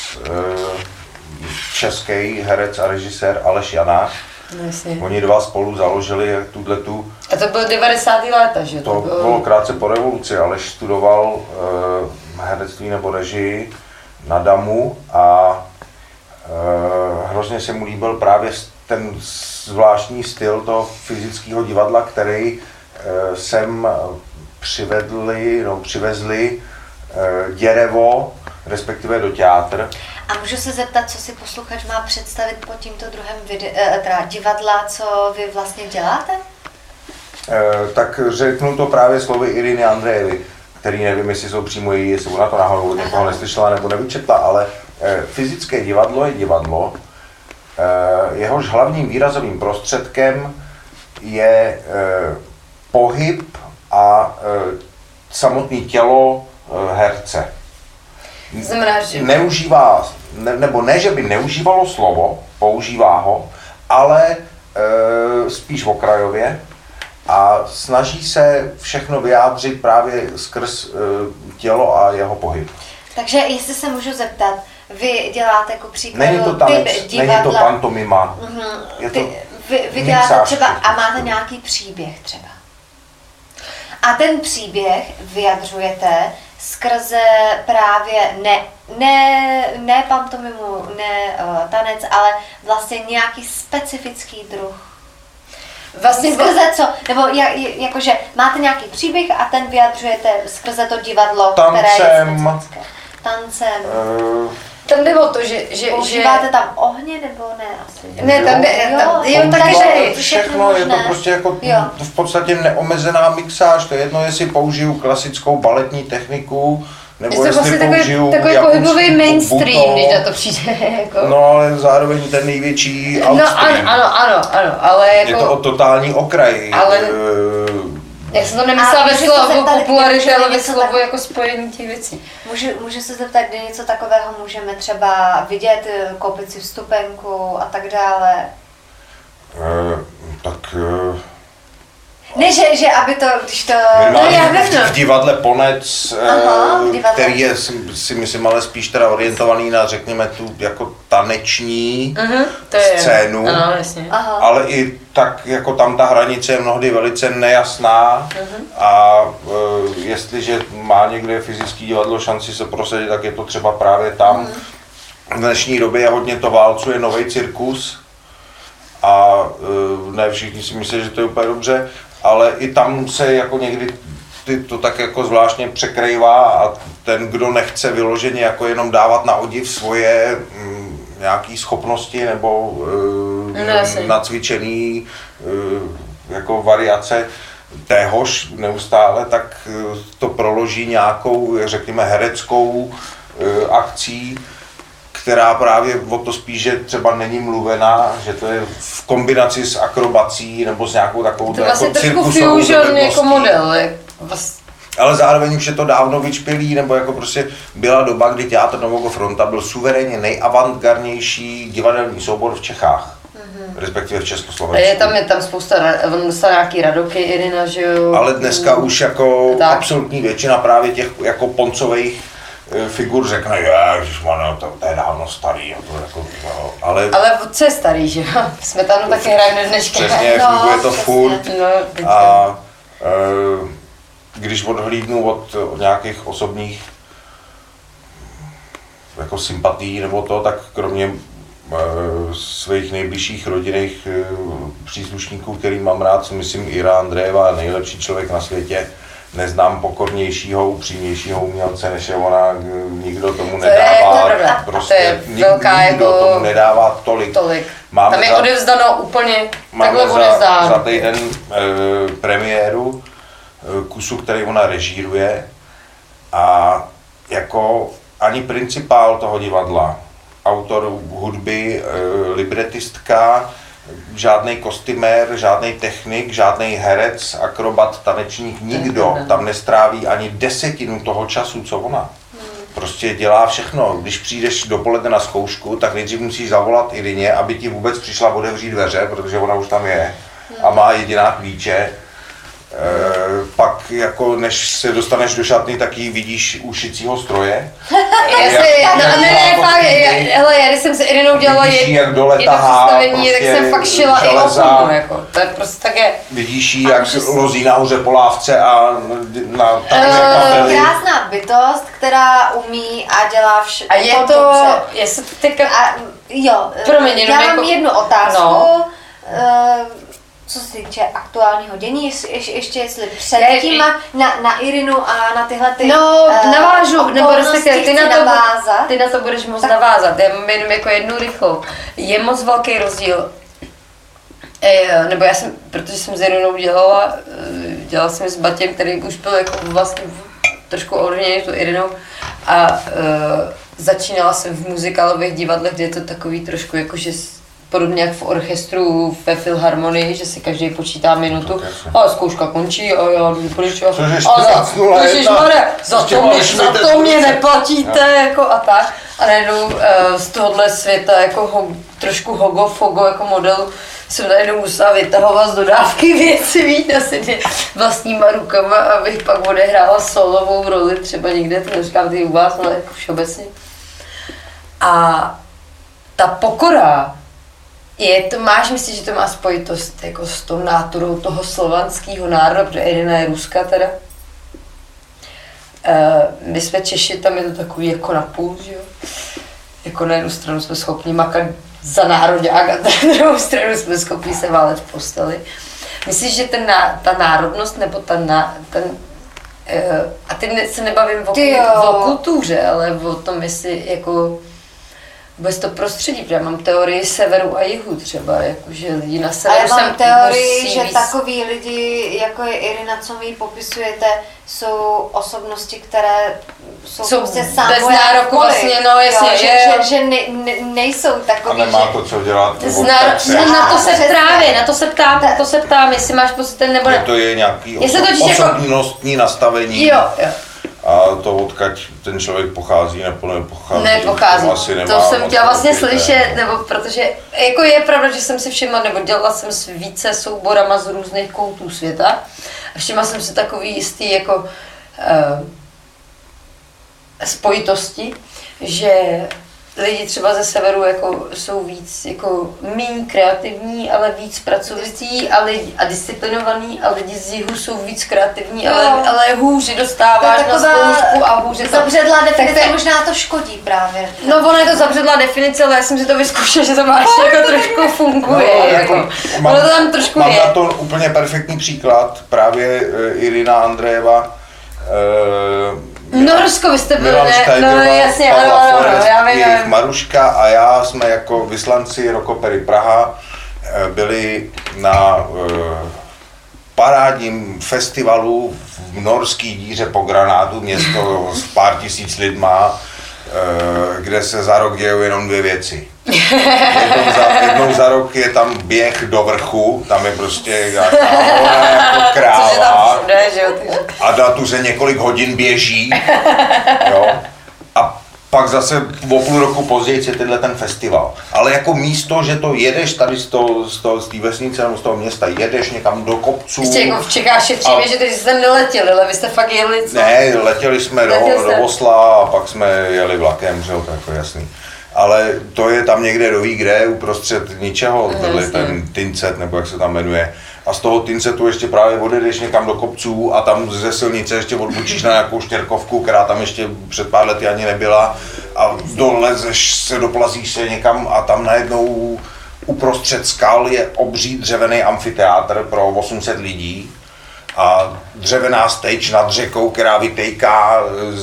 český herec a režisér Aleš Janák. Jasně. Oni dva spolu založili tuhletu. A to bylo 90. léta, že? To bylo krátce po revoluci. Aleš studoval herectví nebo režii na DAMu a hrozně se mu líbil právě ten zvláštní styl toho fyzického divadla, který sem přivezli Děrevo, respektive do teátr. A můžu se zeptat, co si posluchač má představit pod tímto druhem divadla, co vy vlastně děláte? Tak řeknu to právě slovy Iriny Andrejevy, který nevím, jestli jsou přímo její, jestli ona to náhodou od někoho neslyšela nebo nevyčetla, ale fyzické divadlo je divadlo, jehož hlavním výrazovým prostředkem je pohyb a samotné tělo herce. Znamená, že... Neužívá, nebo ne, že by neužívalo slovo, používá ho, ale spíš okrajově a snaží se všechno vyjádřit právě skrz tělo a jeho pohyb. Takže jestli se můžu zeptat, vy děláte jako příklad Není to tanec, není to pantomima. Je to vy děláte třeba a máte nějaký příběh třeba. A ten příběh vyjadřujete skrze právě ne pantomimu, ne tanec, ale vlastně nějaký specifický druh. Vlastně skrze co? Nebo jakože máte nějaký příběh a ten vyjadřujete skrze to divadlo, které je specifické. Tancem. Tam jde o to, že používáte tam ohně nebo ne asi? Ne, tam takže všechno je to prostě jako v podstatě neomezená mixáž, to je jedno, jestli použiju klasickou baletní techniku, nebo jestli vlastně použiju takový pohybový mainstream, když na to přijde. Jako. No ale zároveň ten největší outstream. No ano, ale jako... Je to o totální okraji. Ale... Já jsem to nemyslela ve slovu popularity, ale ve slovu jako spojení těch věcí. Můžu se zeptat, kdy něco takového můžeme třeba vidět, koupit si vstupenku a tak dále? Ne, že aby to, když to... Minimálně v divadle Ponec, divadle. který je, si myslím, ale spíš teda orientovaný na, řekněme, tu jako taneční scénu, ano, jasně. ale i tak, jako tam ta hranice je mnohdy velice nejasná a jestliže má někde fyzický divadlo šanci se prosadit, tak je to třeba právě tam. V dnešní době je hodně to válcuje nový cirkus a ne všichni si myslí, že to je úplně dobře, ale i tam se jako někdy to tak jako zvláštně překrývá a ten, kdo nechce vyloženě jako jenom dávat na odiv svoje nějaké schopnosti nebo nacvičený jako variace téhož neustále, tak to proloží nějakou, řekněme, hereckou akcí, která právě o to spíš, že třeba není mluvená, že to je v kombinaci s akrobací nebo s nějakou takovou to vlastně jako trošku cirkusovou fusion jako model. Ale zároveň už je to dávno vyčpělý, nebo jako prostě byla doba, kdy Teatr Nového Fronta byl suverénně nejavantgardnější divadelní soubor v Čechách. Respektive v Československu. Je tam spousta, on dostal nějaký Radoky, Irina, že jo. Ale dneska už jako tak. absolutní většina právě těch jako poncových figur řekne, ježišmane, to je dávno starý. Jako, ale co je starý, že jo? Smetanu taky hrajeme dneška. přesně, funguje to furt. No, A když odhlídnu od nějakých osobních jako sympatií nebo to, tak kromě svých nejbližších rodinných příslušníků, který mám rád, si myslím Ira Andrejeva, nejlepší člověk na světě. Neznám pokornějšího, upřímnějšího umělce, než je ona, nikdo tomu nedává, prostě nikdo tomu nedává tolik. Tam je odevzdáno úplně takhle odevzdáno. Za týden premiéru kusu, který ona režíruje a jako ani principál toho divadla, autor hudby, libretistka, žádný kostýmér, žádný technik, žádný herec, akrobat, tanečník, nikdo tam nestráví ani desetinu toho času, co ona. Prostě dělá všechno. Když přijdeš dopoledne na zkoušku, tak nejdřív musíš zavolat Irině, aby ti vůbec přišla otevřít dveře, protože ona už tam je a má jediná klíče. Pak jako než se dostaneš do šatny, tak ji vidíš u šicího stroje. Já když jsem s Irinou dělala jedno představení, tak jsem fakt šila i okno, jako. To je prostě také... Vidíš ji, jak lozí nahoře po lávce a na krásná bytost, která umí a dělá všechno. A je to... Jestli teďka... Jo, promiň, já mám jednu otázku. Co se týče aktuálního dění, ještě jestli předtím na Irinu a na tyhle ty navážu, nebo respektive ty na to budeš moc navázat, já mám jenom jako jednu rychlou. Je moc velký rozdíl, nebo já jsem, protože jsem s Irinou dělala jsem s Batěm, který už byl jako vlastně trošku ovlivněný tu Irinou a začínala jsem v muzikálových divadlech, kde je to takový trošku jako, že podobně jak v orchestru, ve filharmonii, že si každý počítá minutu a zkouška končí a já jdu pryč a za to mě neplatíte jako a tak. A najednou z tohohle světa jako trošku fogo jako modelu jsem najednou musela vytahovat z dodávky věci, víc asi vlastníma rukama, abych pak odehrála solovou roli, třeba někde, to neříkám ty u vás, ale jako všeobecně. A ta pokora, máš myslíš, že to má spojitost jako s tou náturou toho slovanského národa, protože Irina je Ruska teda. My jsme Češi, tam je to takový jako napůl, že jo. Jako na jednu stranu jsme schopni makat za nároďák a na druhou stranu jsme schopni se válet v posteli. Myslíš, že ta národnost nebo a teď se nebavím o kultuře, ale o tom, jestli jako vůbec to prostředí, protože já mám teorii severu a jihu třeba, jakože lidi na severu. A já mám teorii, že takový lidi, jako je Irina, co mi popisujete, jsou osobnosti, které jsou prostě sám bez nároku vlastně, no jasně, že nejsou takový, a nemá to co dělat. Na to se ptám, jestli máš pocit, nebo ne. To je nějaký osobnostní nastavení. Jo. A to, odkud ten člověk pochází, nebo nepochází, Nepochází. to asi nemá To jsem moc chtěla vlastně určité. slyšet, nebo protože jako je pravda, že jsem si všimla, nebo dělala jsem s více souborama z různých koutů světa a všimla jsem si takový jistý jako spojitosti, že lidi třeba ze severu jako jsou víc jako méně kreativní, ale víc pracovití a disciplinovaní a lidi z jihu jsou víc kreativní, ale hůři dostáváš na zkoušku a hůři to. Zabředlá definice, Tak to je- možná to škodí právě. No ono je to zabředlá definice, ale já jsem si to vyzkoušela, že to máš jako trošku funguje. Jako. Ono to tam trošku mám je. na to úplně perfektní příklad, právě Irina Andrejeva, Norsko, vy jste byli, Milan ne? Štajgerová, No jasně, Pavla ano, Forest, já vím. jejich Maruška a já jsme jako vyslanci Rokopery Praha byli na parádním festivalu v norský díře po granátu, město s pár tisíc lidma, kde se za rok dějou jenom dvě věci. Jednou za rok je tam běh do vrchu, tam je prostě jako Což je tam kráva všude, že jo, takže. a na tu se několik hodin běží, jo. A pak zase o půl roku později je tenhle ten festival. Ale jako místo, že to jedeš tady z té vesnice nebo z toho města, jedeš někam do kopců. Ještě jako v Čechách šetříme, že teď jste neletěli, ale vy jste fakt jeli, co? Ne, letěli jsme Letěl do jste. Osla a pak jsme jeli vlakem, že jo, to je jako jasný. Ale to je tam někde do ví kde, uprostřed ničeho, tenhle ten Tincet, nebo jak se tam jmenuje. A z toho Tincetu ještě právě odjedeš někam do kopců a tam ze silnice ještě odbočíš na nějakou štěrkovku, která tam ještě před pár lety ani nebyla. A dolezeš se, doplazíš se někam a tam najednou uprostřed skal je obří dřevěný amfiteátr pro 800 lidí. A dřevěná stage nad řekou, která vytejká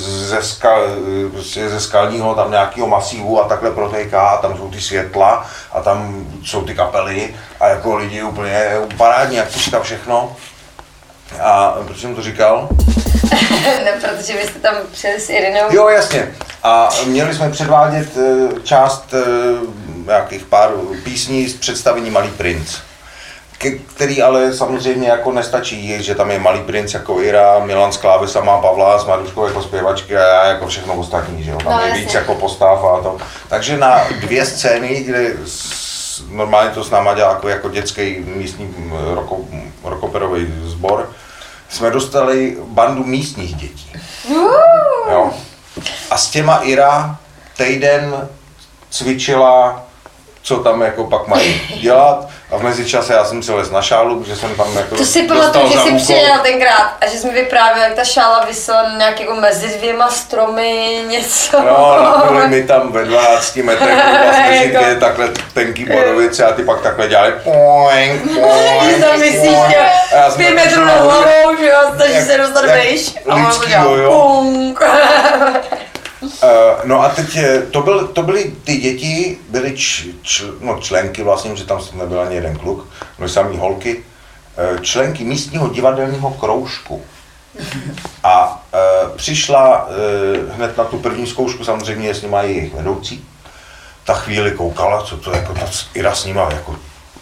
ze skalního tam nějakého masívu a takhle protejká a tam jsou ty světla a tam jsou ty kapely a jako lidi úplně parádní, jak puška všechno. A proč jsem to říkal? Ne, protože vy jste tam přijeli s Irinou. Jo, jasně. A měli jsme předvádět část nějakých pár písní z představení Malý princ. Který ale samozřejmě jako nestačí, že tam je Malý princ jako Ira, Milan s klávesama, Pavla s Maruškou jako zpěvačky a já jako všechno ostatní, že jo, tam No, je jasně. víc jako postav a to. Takže na dvě scény, kde normálně to s náma dělá jako dětský místní rokoperový sbor, jsme dostali bandu místních dětí. Jo. A s těma Ira týden cvičila, co tam jako pak mají dělat a v mezičase já jsem si les na šálu, protože jsem tam jako To si dostal pamatuju, že za jsi úkol. přijel tenkrát a že jsi mi vyprávěl, jak ta šála visela nějak jako mezi dvěma stromy, něco. No, napnuli mi tam ve 12 metrech vlastně dvě takhle tenký borovice a ty pak takhle dělali poing, poing, Tam myslíš, A já jsem 5 tak metrů šel nad nahoře, hlavou, že jo, snažíš jak- se dostat jak vejš. A ono to lidský dělá jojo. punk. No a teď to byly ty děti, byly členky vlastně, že tam nebyl ani jeden kluk, byly samý holky, členky místního divadelního kroužku. A přišla hned na tu první zkoušku, samozřejmě s nima jejich vedoucí, ta chvíli koukala, co to jako ta Ira s nima jako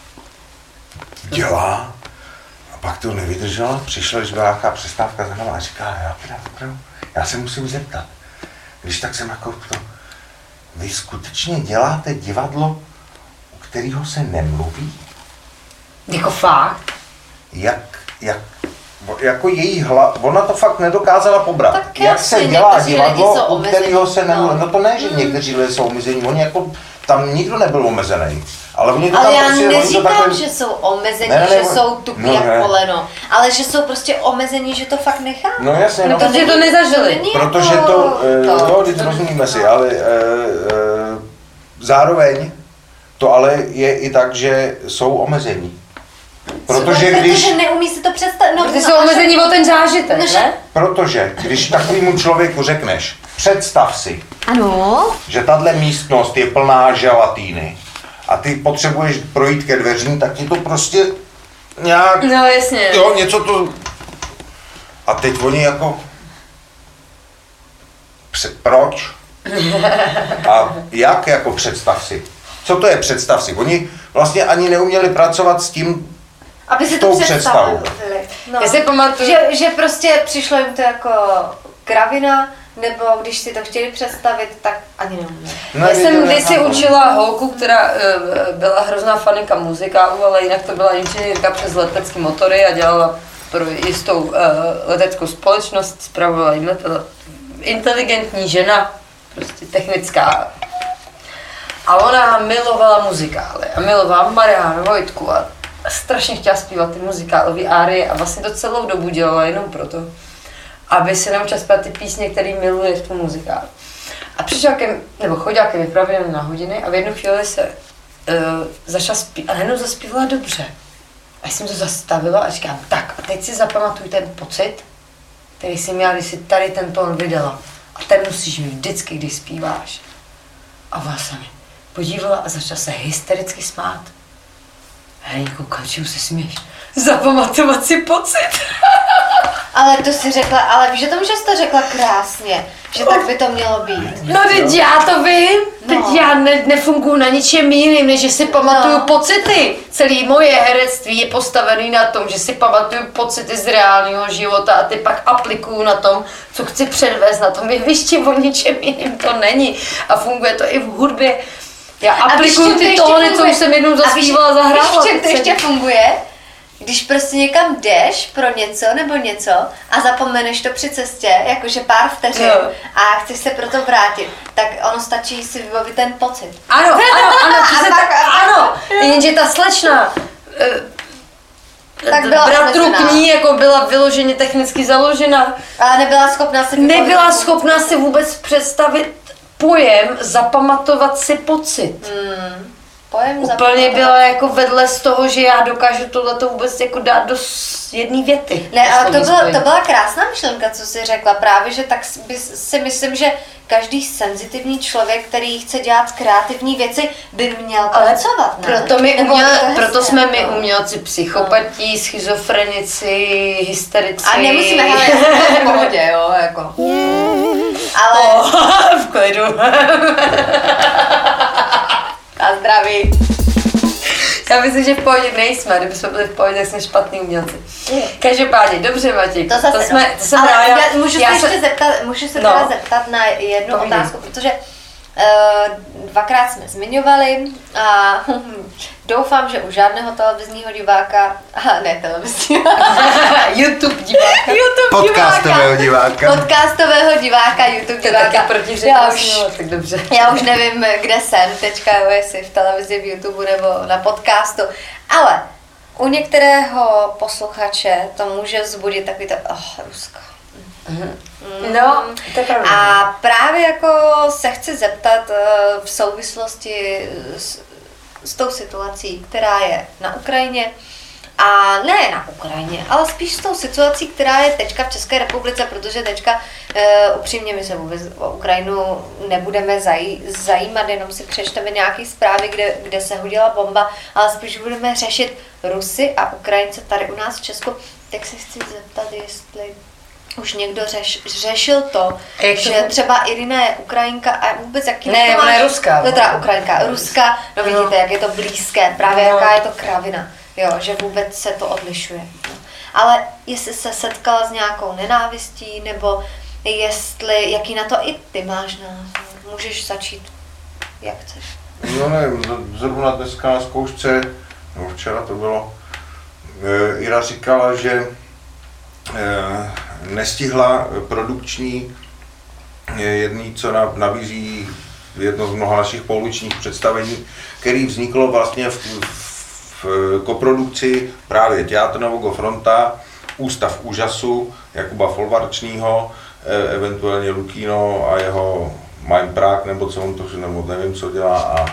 dělá. A pak to nevydržela, přišla, když byla nějaká přestávka za náma a říká, já se musím zeptat. Když tak jsem jako to, vy skutečně děláte divadlo, u kterého se nemluví? Jako fakt? Jako její ona to fakt nedokázala pobrat. Tak Jak jasně, se dělá někteří lidi divadlo, jsou u kterého se omezení, nemluví? no. No to ne, že někteří lidé jsou omezení, oni jako, tam nikdo nebyl omezený. Ale oni to Ale tam já prostě, oni to neříkám, takhle, že jsou omezení, Ne, že jsou tupí no, jak ne. poleno, ale že jsou prostě omezení, že to fakt nechápou. No jasně, no. Protože to nezažili. není Protože jako to teď rozumíme si, ale zároveň to ale je i tak, že jsou omezení. Protože Protože neumí si to představit. No, Protože jsou omezení o ten zážitek, No, že- ne? Protože když takovému člověku řekneš, představ si, Ano. že tahle místnost je plná želatíny a ty potřebuješ projít ke dveřím, tak ti to prostě nějak, No jasně. jo, něco to... A teď oni jako... Proč? A jak jako představ si? Co to je představ si? Oni vlastně ani neuměli pracovat s tím, Aby si tou to představili. No. Já si pamatuju, Že prostě přišlo jim to jako kravina, nebo když si to chtěli představit, tak ani neumím. Já jsem kdysi učila holku, která byla hrozná faninka muzikálu, ale jinak to byla inženýrka přes letecké motory a dělala pro jistou leteckou společnost, spravovala jim letadla. Inteligentní žena, prostě technická. A ona milovala muzikály a milovala Mariánu Vojtku a strašně chtěla zpívat ty muzikálové árie a vlastně to celou dobu dělala jenom proto, aby se naučila zpívat ty písně, které miluje v tom muzikálu. A přišel nebo chodila ke mě pravidelně na hodiny a v jednu chvíli se začala zpívat a najednou zaspívala dobře. A jsem to zastavila a říkám, tak a teď si zapamatuj ten pocit, který jsi měla, když jsi tady ten tón vydala. A ten musíš mít vždycky, když zpíváš. A ona se mi podívala a začala se hystericky smát. Hej, koukám, čemu se směš? Zapamatovat si pocit. Ale to si řekla, ale víš, že tomu, že jsi to řekla krásně, že tak by to mělo být. No teď já to vím, teď já nefunguji na ničem jiným, než že si pamatuju pocity. Celé moje herectví je postavené na tom, že si pamatuju pocity z reálného života a ty pak aplikuju na tom, co chci předvést na tom jevišti, o ničem jiným to není. A funguje to i v hudbě. Já aplikuju ty tóny, co už jsem jednou zaspívala, zahrála. Víš, to ještě funguje? Když prostě někam jdeš pro něco nebo něco a zapomeneš to při cestě, jakože pár vteřin a chceš se proto vrátit, tak ono stačí si vybavit ten pocit. Ano, ano, jenže ta slečna tak byla bratru k ní jako byla vyloženě technicky založena. Ale nebyla schopná si vůbec představit pojem zapamatovat si pocit. Úplně byla jako vedle z toho, že já dokážu tohleto vůbec jako dát do jedné věty. Ne, ale to byla krásná myšlenka, co jsi řekla, právě, že tak si myslím, že každý senzitivní člověk, který chce dělat kreativní věci, by měl pracovat. Proto jsme my umělci psychopatí, schizofrenici, hysterici. A nemusíme, hele, v pohodě, jo, jako. Ale... v klidu. A zdraví. Já myslím, že v pohodě nejsme, kdybychom byli v pohodě, tak jsme špatný umělci. Každopádně, dobře Matěj, to jsem ráda. Můžu se teda zeptat na jednu otázku, protože dvakrát jsme zmiňovali a doufám, že u žádného televizního diváka, YouTube diváka. Podcastového diváka, YouTube diváka. Tak dobře. Já už nevím, kde jsem teďka, jestli v televizi, v YouTube nebo na podcastu, ale u některého posluchače to může vzbudit takový to, Rusko. No, to je pravda. A právě jako se chci zeptat v souvislosti s tou situací, která je na Ukrajině, a ne na Ukrajině, ale spíš s tou situací, která je teďka v České republice, protože teďka upřímně my se vůbec o Ukrajinu nebudeme zajímat, jenom si přečteme nějaké zprávy, kde se hodila bomba, ale spíš budeme řešit Rusy a Ukrajince tady u nás v Česku. Tak se chci zeptat, jestli už někdo řešil to, že třeba Irina je Ukrajinka a vůbec jaký to máš? Ne, ona je Ruská. To teda Ukrajinka, Ruska, no vidíte, jak je to blízké, právě jaká je to kravina, jo, že vůbec se to odlišuje. Ale jestli se setkala s nějakou nenávistí, nebo jaký na to i ty máš názor, můžeš začít, jak chceš. No nevím, zrovna dneska na zkoušce, no včera to bylo, Ira říkala, že nestihla produkční jedný, co nabízí jedno z mnoha našich pouličních představení, který vzniklo vlastně v koprodukci právě Teatr Nového fronta, Ústav úžasu Jakuba Folvarčního, eventuálně Lukino a jeho Mein Prague, nebo co on to, nebo nevím, co dělá, a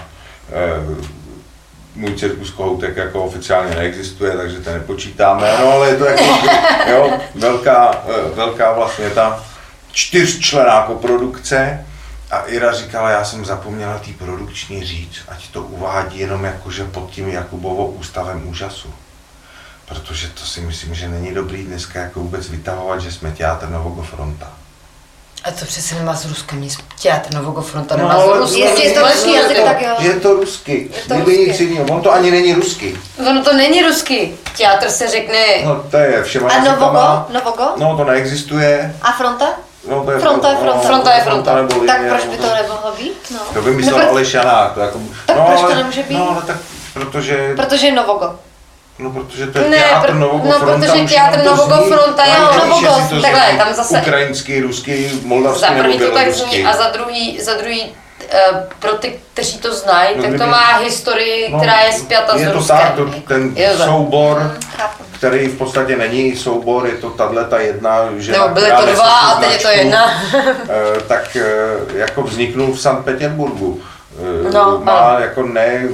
Můj cirkus Kohoutek jako oficiálně neexistuje, takže to nepočítáme, no ale je to jako, jo, velká vlastně ta 4členná koprodukce. A Ira říkala, já jsem zapomněla tý produkční říct, ať to uvádí jenom jakože pod tím Jakubovo Ústavem úžasu. Protože to si myslím, že není dobrý dneska jako vůbec vytahovat, že jsme Teatr Nového fronta. A to přece nemá s Ruskem nic. Teatr Nového fronta nemá s Ruskem. Je to ruský jazyk, tak jo. Je to ruský. Kdyby nic jiného. On to ani není ruský. Ono to není ruský. Teatr se řekne... No to je všema jazykama. A Novogo? No to neexistuje. A fronta? No, to je Fronta je fronta. Fronta je fronta. nebo linie, Tak proč by no, to nemohlo být? No. To vymyslel Aleš Janák. To jako, Tak proč to nemůže být? No, ale tak protože... Protože je Novogo. No, protože to je Ne, teátr Novogo no, Fronta. protože už teátr jenom to Novogo zní, Fronta, jo, ale nevíš, Novogo, jestli to takhle, zní tam zase- ukrajinský, ruský, moldavský Za nebo první to tak běloruský. zní a za druhý pro ty, kteří to znají, No, tak to kdyby- má historii, která je spjata s Je to Ruskem. tak, ten Je to tak. soubor, Chápu. který v podstatě není soubor, je to ta jedna žena, Nebo byly která to nese dva tu a teď je to značku, jedna. tak jako vzniknul v Sankt Petersburgu. No, Má ano. jako ne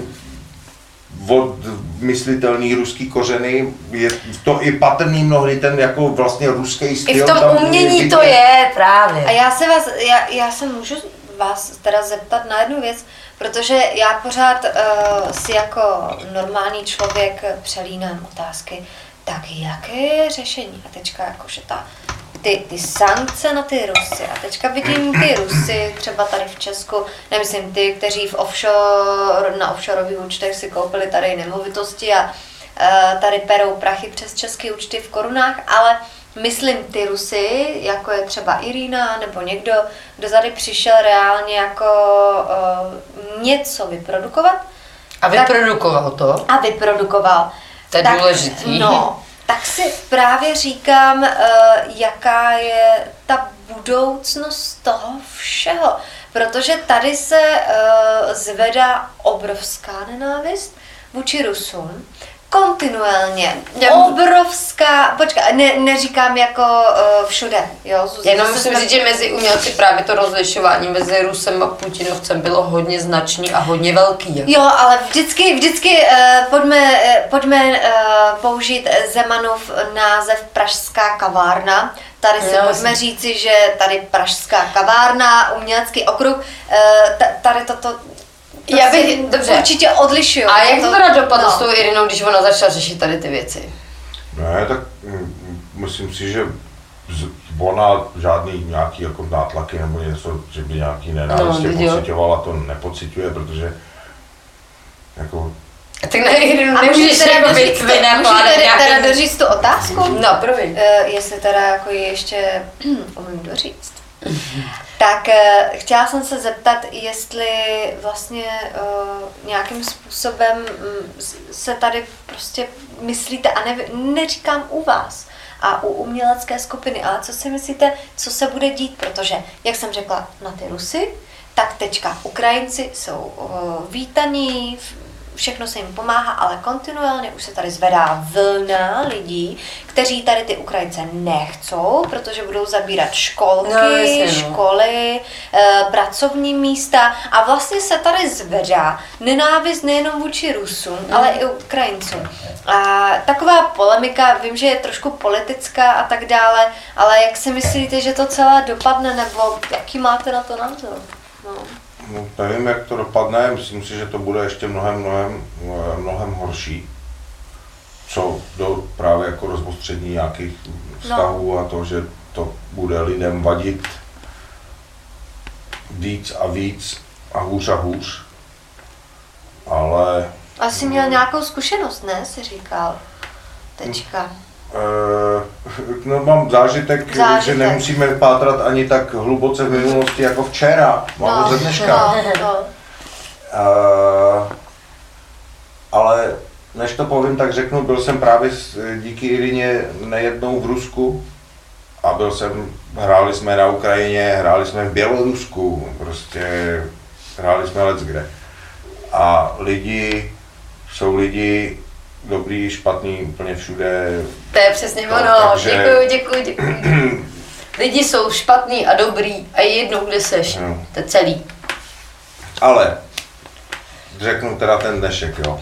odmyslitelný ruský kořeny, je to i patrný mnohdy ten jako vlastně ruský styl. I v tom tam umění vidět. to je právě. A já se můžu vás teda zeptat na jednu věc, protože já pořád si jako normální člověk přelínám otázky, tak jaké je řešení? A teďka jakože ty sankce na ty Rusy. A teďka vidím ty Rusy, třeba tady v Česku, nemyslím ty, kteří na offshoreových účtech si koupili tady nemovitosti a tady perou prachy přes české účty v korunách, ale myslím ty Rusy, jako je třeba Irina nebo někdo, kdo tady přišel reálně jako něco vyprodukovat. A vyprodukoval to. A vyprodukoval. To je důležitý. No, tak si právě říkám, jaká je ta budoucnost toho všeho. Protože tady se zvedá obrovská nenávist vůči Rusům. Kontinuálně. Obrovská, počkej, neříkám jako všude, jo? Jenom musím říct, že mezi umělci právě to rozlišování mezi Rusem a Putinovcem bylo hodně značný a hodně velký. Jako. Jo, ale vždycky pojďme použít Zemanův název Pražská kavárna. Tady si pojďme říci, že tady Pražská kavárna, umělecký okruh, tady toto Já bych, dobře. určitě odlišuju. A jak to teda dopadlo s tou Irinou, když ona začala řešit tady ty věci? Ne, tak myslím si, že ona žádný nějaký jako nátlaky nebo něco, že by nějaký nenávistě pocitovala, to nepociťuje, protože jako... Tak na Irinu A nemůžeš jako být teda doříct tu otázku? No, první. Jestli teda jako ji ještě umím doříct. Tak chtěla jsem se zeptat, jestli vlastně nějakým způsobem se tady prostě myslíte, a neříkám u vás a u umělecké skupiny, ale co si myslíte, co se bude dít, protože, jak jsem řekla, na ty Rusy, tak teďka Ukrajinci jsou vítaní, všechno se jim pomáhá, ale kontinuálně už se tady zvedá vlna lidí, kteří tady ty Ukrajince nechcou, protože budou zabírat školky, školy, pracovní místa a vlastně se tady zvedá nenávist nejenom vůči Rusům, ale i Ukrajincům. A taková polemika, vím, že je trošku politická a tak dále, ale jak si myslíte, že to celé dopadne, nebo jaký máte na to názor? No, nevím, jak to dopadne, myslím si, že to bude ještě mnohem horší, co do právě jako rozostření nějakých vztahů a to, že to bude lidem vadit víc a hůř, ale... Asi měl nějakou zkušenost, ne, si říkal, teďka. No, mám zážitek, že nemusíme pátrat ani tak hluboce v minulosti jako včera, mám ze dneška. Ale než to povím, tak řeknu, byl jsem právě díky Irině nejednou v Rusku a hráli jsme na Ukrajině, hráli jsme v Bělorusku, prostě hráli jsme leckde. A jsou lidi dobrý, špatný, úplně všude. To je přesně ono, děkuji. Lidi jsou špatný a dobrý a je jedno, kde seš, to je celý. Ale řeknu teda ten dnešek, jo.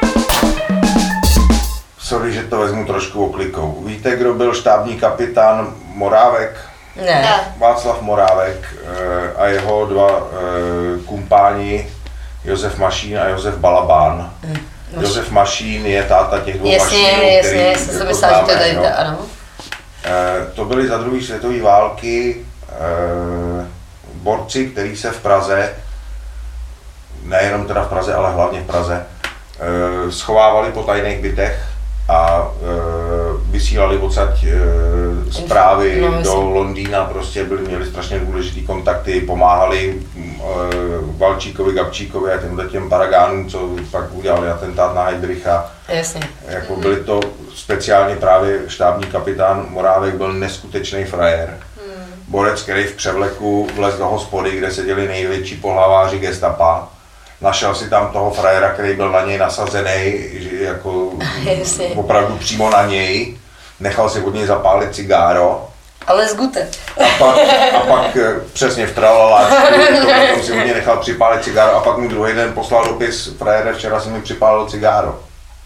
Sorry, že to vezmu trošku oklikou. Víte, kdo byl štábní kapitán Morávek? Ne. Václav Morávek a jeho dva kumpáni Josef Mašín a Josef Balabán. Josef Mašín je táta těch dvou Mašínů, Jasně, jsem si myslela, že to tady to, ano. To byli za druhé světové války borci, kteří se v Praze, nejenom teda v Praze, ale hlavně v Praze, schovávali po tajných bytech a vysílali odsaď zprávy No, do Londýna, prostě měli strašně důležitý kontakty, pomáhali Valčíkovi, Gabčíkovi a těm paragánům, co pak udělali atentát na Heydricha. Jasně. Jako byli to speciálně právě štábní kapitán Morávek byl neskutečný frajer. Borec, který v převleku vlez do hospody, kde seděli největší pohlaváři gestapa. Našel si tam toho frajera, který byl na něj nasazený, jako opravdu přímo na něj. Nechal si od něj zapálit cigáro. Ale z gute. A pak přesně v tralaláčku, to si od něj nechal připálit cigáro a pak mu druhý den poslal dopis: frajere, včera si mi připálil cigáro.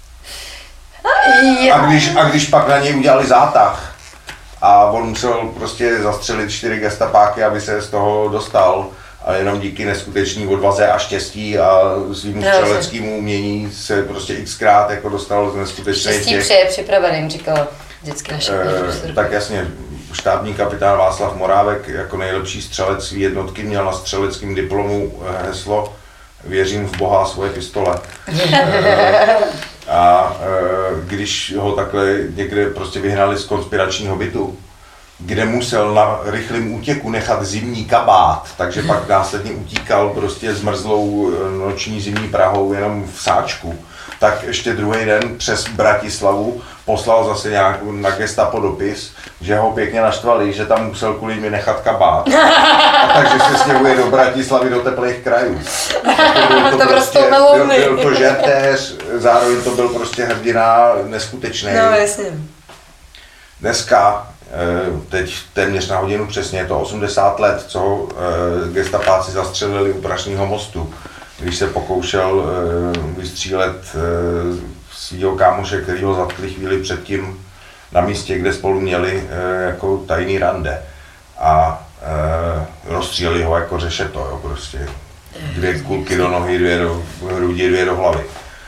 A když pak na něj udělali zátah a on musel prostě zastřelit 4 gestapáky, aby se z toho dostal, a jenom díky neskutečný odvaze a štěstí a svým střeleckému umění se prostě xkrát jako dostal z neskutečných těch. Štěstí přeje připraveným, říkala vždycky naše tak jasně, štábní kapitán Václav Morávek jako nejlepší střelec svý jednotky měl na střeleckém diplomu heslo: věřím v Boha a svoje pistole. A když ho takhle někde prostě vyhnali z konspiračního bytu, kde musel na rychlém útěku nechat zimní kabát, takže pak následně utíkal prostě zmrzlou noční zimní Prahou jenom v sáčku, tak ještě druhý den přes Bratislavu poslal zase nějak na gestapo dopis, že ho pěkně naštvali, že tam musel kvůli mi nechat kabát. A takže se stěhuje do Bratislavy, do teplých krajů. Byl to žertéř, zároveň to byl prostě hrdina neskutečný. No jasně. Dneska, teď téměř na hodinu přesně, je to 80 let, co gestapáci zastřelili u Pražního mostu, když se pokoušel vystřílet svýho kámoše, který ho zatkli chvíli předtím na místě, kde spolu měli jako tajný rande. A rozstříleli ho jako řešeto, jo, prostě. 2 kulky do nohy, 2 do hrudi, 2 do hlavy.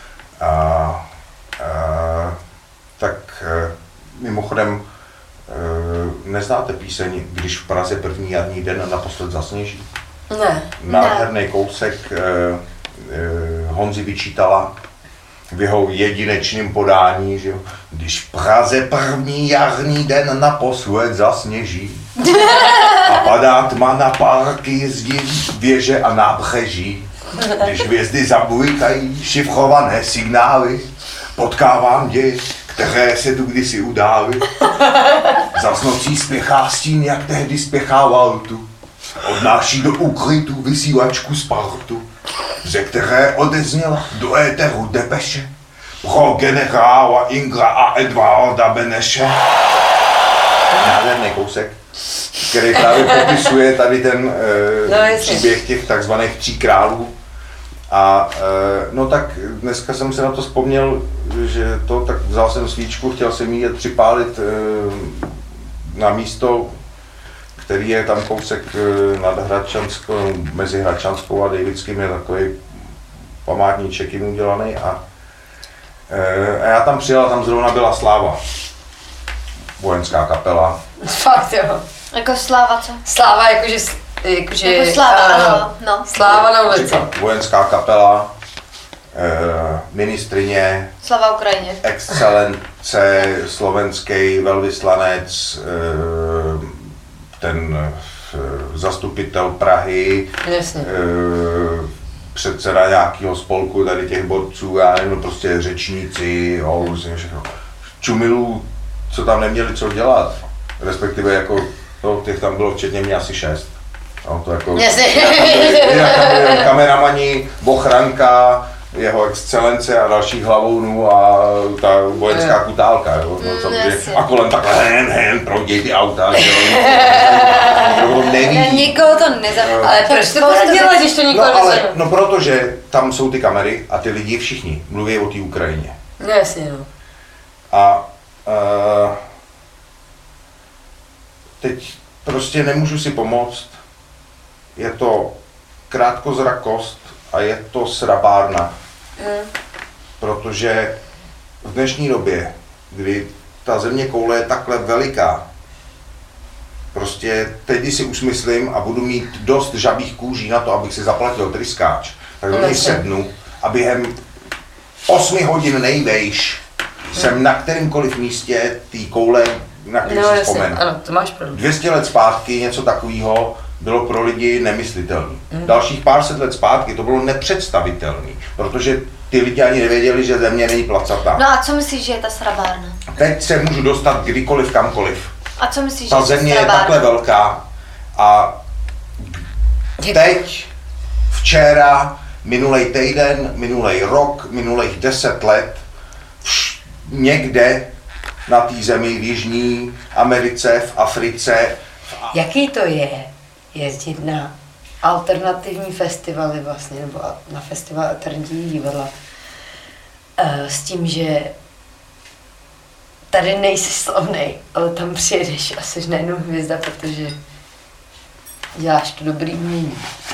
Mimochodem, neznáte píseň Když v Praze první jarní den naposled zasněží? Ne. Nádherný kousek Honzi Vyčítala v jeho jedinečném podání, že jo? Když v Praze první jarní den naposled zasněží a padá tma na parky, zdi, věže a nábřeží. Když hvězdy zabujkají šifrované signály, potkávám děj, které se tu kdysi udály. Zas nocí spěchá stín, jak tehdy spěchával tu. Odnáší do úkrytu vysílačku Spartu, ze které odezněla do éteru depeše pro generála Ingra a Edvarda Beneše. Nádherný kousek, který právě popisuje tady ten příběh těch takzvaných 3 králů. A no tak dneska jsem se na to vzpomněl, že to, tak vzal jsem svíčku, chtěl jsem jí připálit na místo, který je tam kousek nad Hradčanskou, mezi Hradčanskou a Davidským, je takový památníček jim udělaný a já tam přijel, tam zrovna byla Sláva, vojenská kapela. Fakt jo. Jako Sláva co? Sláva jakože jako Sláva, ano, no. Sláva na ulici. Říkám, vojenská kapela, ministrině, Slava Ukrajině. Excelence, slovenský velvyslanec, ten zastupitel Prahy, předseda nějakého spolku tady těch borců, já nevím, prostě řečníci, jo, všechno. Čumilů, co tam neměli co dělat, respektive jako, no, těch tam bylo včetně mě asi 6. No, to jako, kameramani, Bochranka, jeho excelence a dalších hlavounů a ta vojenská kutálka, jo, no, a kolem takhle hen, proudí ty auta, jo, neví. Nikoho to nezajímá. Ale proč to bude dělat, když to nikoho nezajímá? No protože tam jsou ty kamery a ty lidi všichni mluví o té Ukrajině. No jasně, no. A teď prostě nemůžu si pomoct, je to krátkozrakost a je to srabárna. Protože v dnešní době, kdy ta země koule je takhle veliká, prostě teď si usmyslím a budu mít dost žabých kůží na to, abych si zaplatil tryskáč, tak do něj sednu a během 8 hodin nejvejš jsem na kterémkoliv místě té koule, na který si vzpomenu. Ano, to máš pravdu. 200 let zpátky něco takového bylo pro lidi nemyslitelné. Dalších pár set let zpátky to bylo nepředstavitelné, protože ty lidi ani nevěděli, že země není placatá. No a co myslíš, že je ta srabárna? Teď se můžu dostat kdykoliv, kamkoliv. A co myslíš, že Ta země je takhle velká a teď, včera, minulej týden, minulej rok, minulých 10 let, někde na té zemi v Jižní Americe, v Africe. Jaký to je jezdit na alternativní festivaly vlastně, nebo na festival alternativní divadla, s tím, že tady nejsi slavnej, ale tam přijedeš a jsi najednou hvězda, protože děláš to dobrý umění.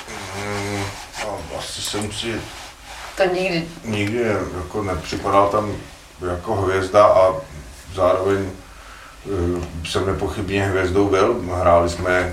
Asi jsem si To nikdy jako nepřipadal tam jako hvězda a zároveň jsem nepochybně hvězdou byl. Hráli jsme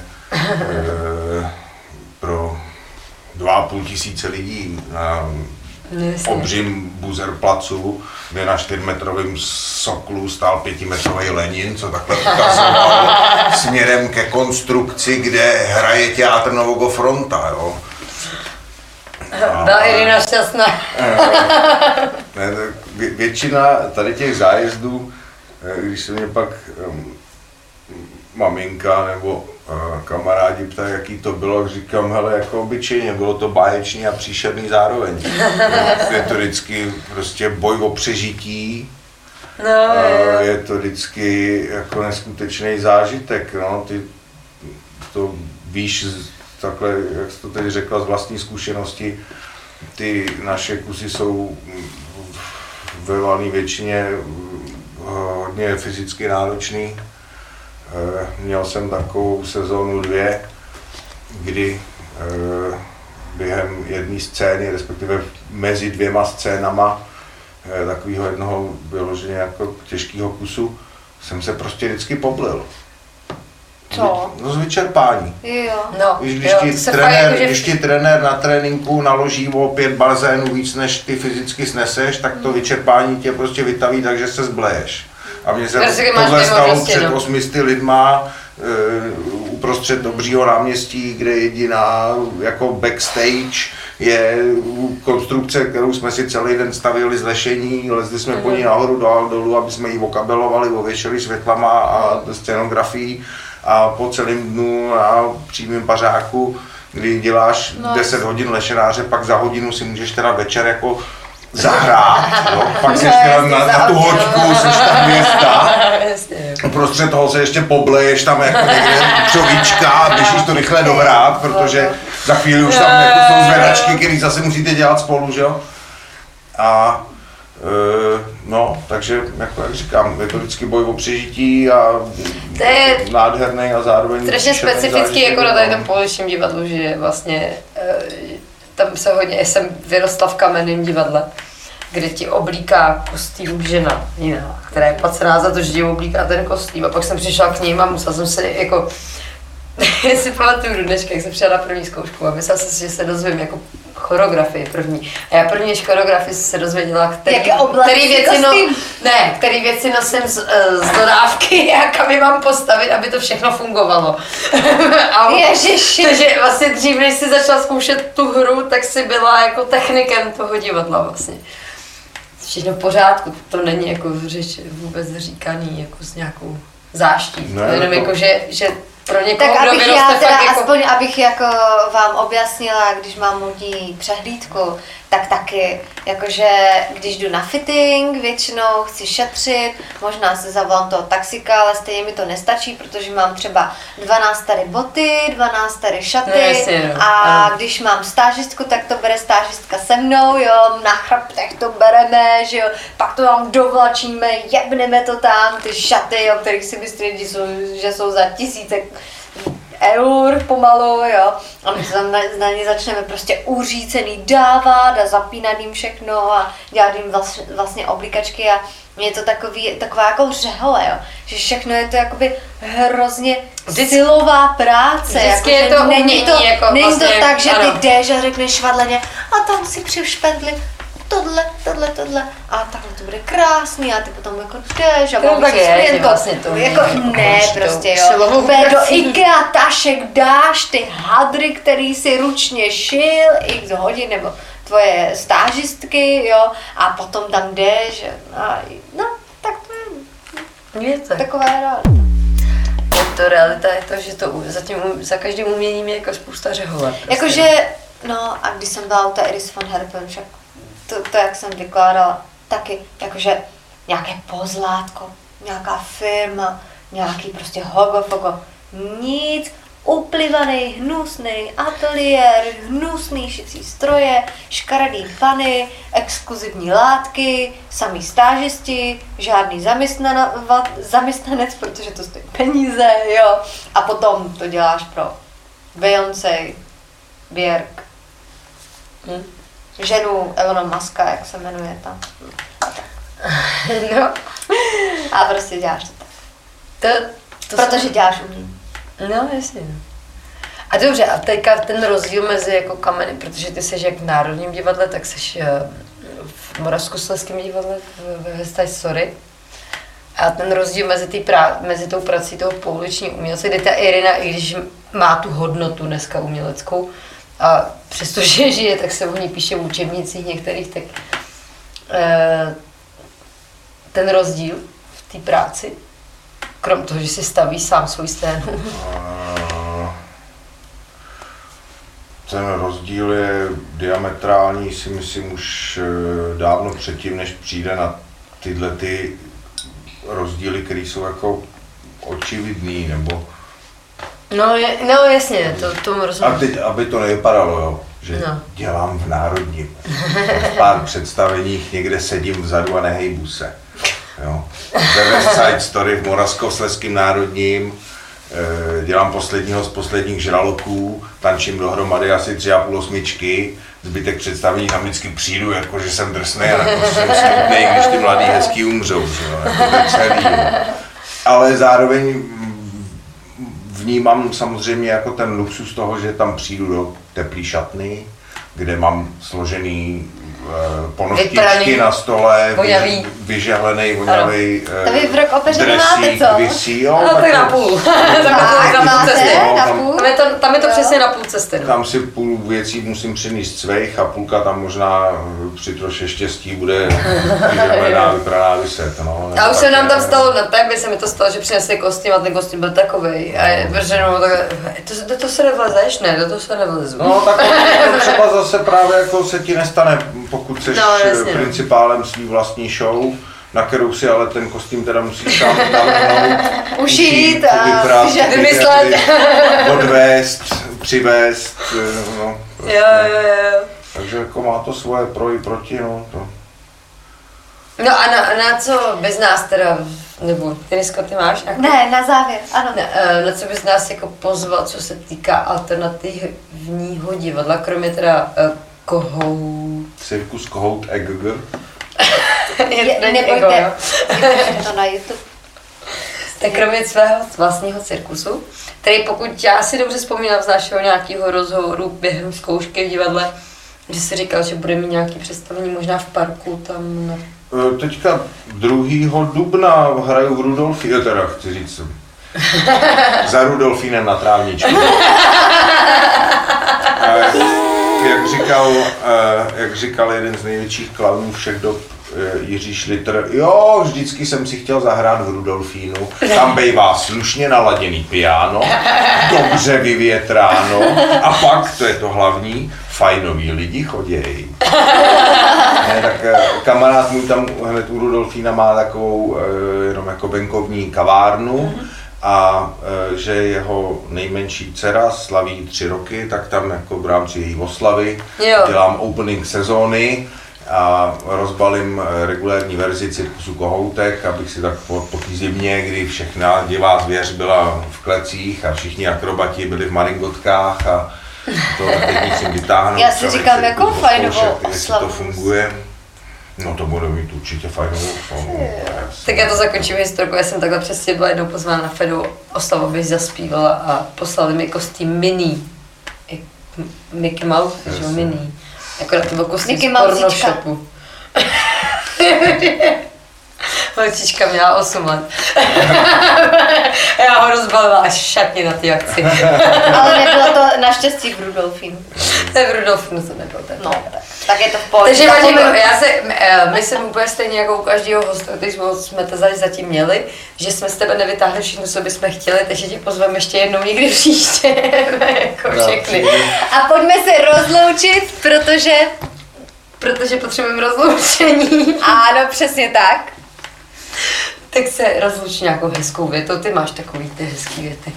pro 2,5 tisíce lidí na obřím buzerplacu, kde na 4metrovém soklu stál 5metrový Lenin, co takhle ukazoval směrem ke konstrukci, kde hraje teátr Nového fronta. Jo. Byla Irina šťastná. Většina tady těch zájezdů, když se mě pak maminka nebo kamarádi ptají, jaký to bylo, říkám, hele, jako obyčejně, bylo to báječný a příšerný zároveň. Je to vždycky prostě boj o přežití, je to vždycky jako neskutečný zážitek, no, ty to víš takhle, jak jsi to teď řekla z vlastní zkušenosti, ty naše kusy jsou ve valné většině hodně fyzicky náročný. Měl jsem takovou sezónu 2, kdy během jedné scény, respektive mezi 2 scénama takového jednoho vyloženě jako těžkého kusu, jsem se prostě vždycky poblil. Co? No z vyčerpání. Jo. No, Když ti trenér na tréninku naloží o 5 bazénů víc, než ty fyzicky sneseš, tak to vyčerpání tě prostě vytaví, takže se zbleješ. A mně se tohle stalo před 800 lidma uprostřed Dobřího náměstí, kde jediná jako backstage je konstrukce, kterou jsme si celý den stavili z lešení, lezli jsme po ní nahoru dolů, aby jsme ji okabelovali, ověšili světlama a scenografií. A po celém dnu na přímém pařáku, kdy děláš 10 hodin lešenáře, pak za hodinu si můžeš teda večer jako zahrát, jo? Pak jsi teda na tu hoďku, jsi ta hvězda, uprostřed toho se ještě pobleješ tam jako někde čovíčka a běžíš to rychle dohrát, protože za chvíli už tam jako jsou zvedačky, který zase musíte dělat spolu, že jo? A no, takže jako jak říkám, je to vždycky boj o přežití a to je nádherný a zároveň strašně specifický jako na tady tom pouličním divadlu, že vlastně tam se hodně, jsem vyrostla v kamenném divadle, kde ti oblíká kostým žena jiná, která je placená za to, že ti oblíká ten kostým, a pak jsem přišla k ním a musela jsem se jako si pamatuju do dneška, jak jsem přijela na první zkoušku a myslela jsem si, že se dozvím jako choreografii první. A já první choreografii se dozvěděla, který věci nosím z dodávky a kam je mám postavit, aby to všechno fungovalo. Ježiši. Takže vlastně dřív, než si začala zkoušet tu hru, tak si byla jako technikem toho divadla vlastně. Všechno v pořádku, to není jako řeč vůbec říkaný jako s nějakou záští. No, jenom jako, že pro někoho, tak kdo abych já teda jako aspoň, abych jako vám objasnila, když mám modní přehlídku, tak taky, jakože když jdu na fitting, většinou chci šetřit, možná si zavolám toho taxika, ale stejně mi to nestačí, protože mám třeba 12 tady boty, 12 tady šaty a když mám stážistku, tak to bere stážistka se mnou, jo, na chrbtech to bereme, že jo, pak to tam dovlačíme, jebneme to tam, ty šaty, o kterých si myslí, že jsou za tisíce eur pomalu, jo. A my tam na ně začneme prostě uřícený dávat a zapínat jim všechno a dělat jim vlastně oblíkačky a je to taková jako řehole, jo. Že všechno je to jakoby hrozně silová práce. Vždycky jako, je to není to jako není vlastně, to tak, že ano. ty jdeš a řekneš švadleně a tam si přivšpendli tohle a takhle to bude krásný a ty potom jako jdeš a To tak je, vlastně to jako ne, prostě jo. Úplně do IKEA tašek dáš ty hadry, který si ručně šil x hodin, nebo tvoje stážistky, jo, a potom tam jdeš a no, tak to je taková realita. To realita je to, že to za každým uměním je jako spousta řehole. Prostě. Jakože, no a když jsem byla u té Iris van Herpen, však to jak jsem vykládala, taky, jakože nějaké pozlátko, nějaká firma, nějaký prostě hogofogo, nic, uplivaný, hnusný ateliér, hnusný šicí stroje, škaredý pany, exkluzivní látky, samý stážisti, žádný zaměstnanec, protože to stojí peníze, jo. A potom to děláš pro Beyoncé, Björk, ženu Elona Muska, jak se jmenuje tam. No. A prostě děláš to tak. Protože děláš umění. No, jasně. A dobře, a teďka ten rozdíl mezi jako kameny, protože ty seš jak v Národním divadle, tak seš v Moravskoslezském divadle ve Hestaj Sorry. A ten rozdíl mezi tou prací toho pouličního umělce, kde ta Irina, i když má tu hodnotu dneska uměleckou, a přestože žije, tak se o ní píše v učebnicích některých, tak ten rozdíl v té práci, krom toho, že si staví sám svou scénu. Ten rozdíl je diametrální, si myslím, už dávno předtím, než přijde na tyhle ty rozdíly, které jsou jako očividný, nebo... No jasně, to rozumím. A teď, aby to nevypadalo, jo, že dělám v Národním. V pár představeních někde sedím vzadu a nehejbu se. Jo. Ve West Side Story v Moravskoslezském Národním dělám posledního z posledních žraloků, tančím dohromady asi 3,5 zbytek představení tam vždycky přijdu, jako že jsem drsnej a jako jsem smutnej, když ty mladý hezký umřou, že jo, jako to celý, jo. Ale zároveň vnímám samozřejmě jako ten luxus toho, že tam přijdu do teplý šatny, kde mám složený ponožtičky na stole, vyžehlený, vonavý dresík, visí, jo. No tak na půl. Tam je to přesně na půl cesty. No. Tam si půl věcí musím přinést cvejch a půlka tam možná při troše štěstí bude vyžehlená, vypraná vyset. No. A už se nám tam stalo, na tebe se mi to stalo, že přinesli kostým a ten kostým byl takovej. A je vrženo, do toho se nevlezeš? Ne, do toho se nevlezu. No tak třeba zase právě jako se ti nestane, pokud jsi principálem svý vlastní show, na kterou si ale ten kostým teda musíš sám ušít a vyprat, vymyslet, odvést, přivést, no. Prostě. Jo. Takže jako má to svoje pro i proti, no. To. No a na co bez nás teda, nebo Irisko, ty máš? Ne, na závěr, ano. Na co bys nás jako pozval, co se týká alternativního divadla, kromě teda Kohout. Cirkus Kohout EGG. Nebojte, je to na YouTube. Tak kromě svého vlastního cirkusu, který pokud já si dobře vzpomínám z našeho nějakého rozhovoru během zkoušky v divadle, že jsi říkal, že bude mít nějaké představení možná v parku tam na... Teďka 2. dubna hraju v Rudolfíně, teda chci říct, za Rudolfínem na trávničku. Jak říkal jeden z největších klaunů všech dob, Jiří Šlitr, jo, vždycky jsem si chtěl zahrát v Rudolfínu, tam bejvá slušně naladěný piano, dobře vyvětráno a pak, to je to hlavní, fajnoví lidi chodějí. Ne, tak kamarád můj tam hned u Rudolfína má takovou jenom jako venkovní kavárnu, a že jeho nejmenší dcera slaví 3 roky, tak tam jako v rámci její oslavy dělám opening sezóny a rozbalím regulární verzi cirkusu Kohoutek, abych si tak po té zimě, kdy všechna divá zvěř byla v klecích a všichni akrobati byli v maringotkách a to teď musím vytáhnout. Já si říkám, jakou fajnovou oslavu. To funguje. No to bude mít určitě fajnovou oslavu. Tak já to zakončím historku, já jsem takhle přesně byla jednou pozvána na Fedu oslavu, abych zaspívala a poslali mi kostým mini. Mickey Mouse, že mini. Akorát to byl kostým z pornoshopu. Holčička měla 8 let. Já ho rozbalila až šatně na ty akci. Ale nebylo to naštěstí v Rudolfínu. To v Rudolfínu to nebylo tak. No, tak je to v pohodě. Takže my jsme úplně stejně jako u každého hosta, když jsme to zatím měli, že jsme z tebe nevytáhli všechno, co bychom chtěli, takže tě pozveme ještě jednou někdy příště, jako všechny. A pojďme se rozloučit, Protože potřebujeme rozloučení. Ano, přesně tak. Tak se rozluč nějakou hezkou větou, ty máš takový ty hezký věty.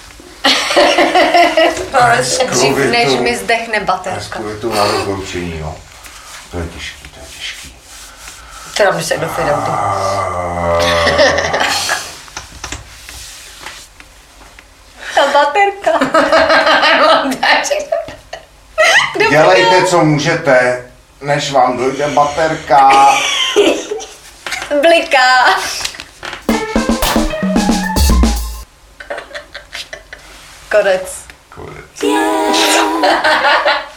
Dřív než mi zdechne baterka. Hezkou větu na rozloučení, no. To je těžký. Teda můžeš se do Fidautu. Ta baterka. Dělejte, co můžete, než vám dojde baterka. Bliká. Konec. Konec.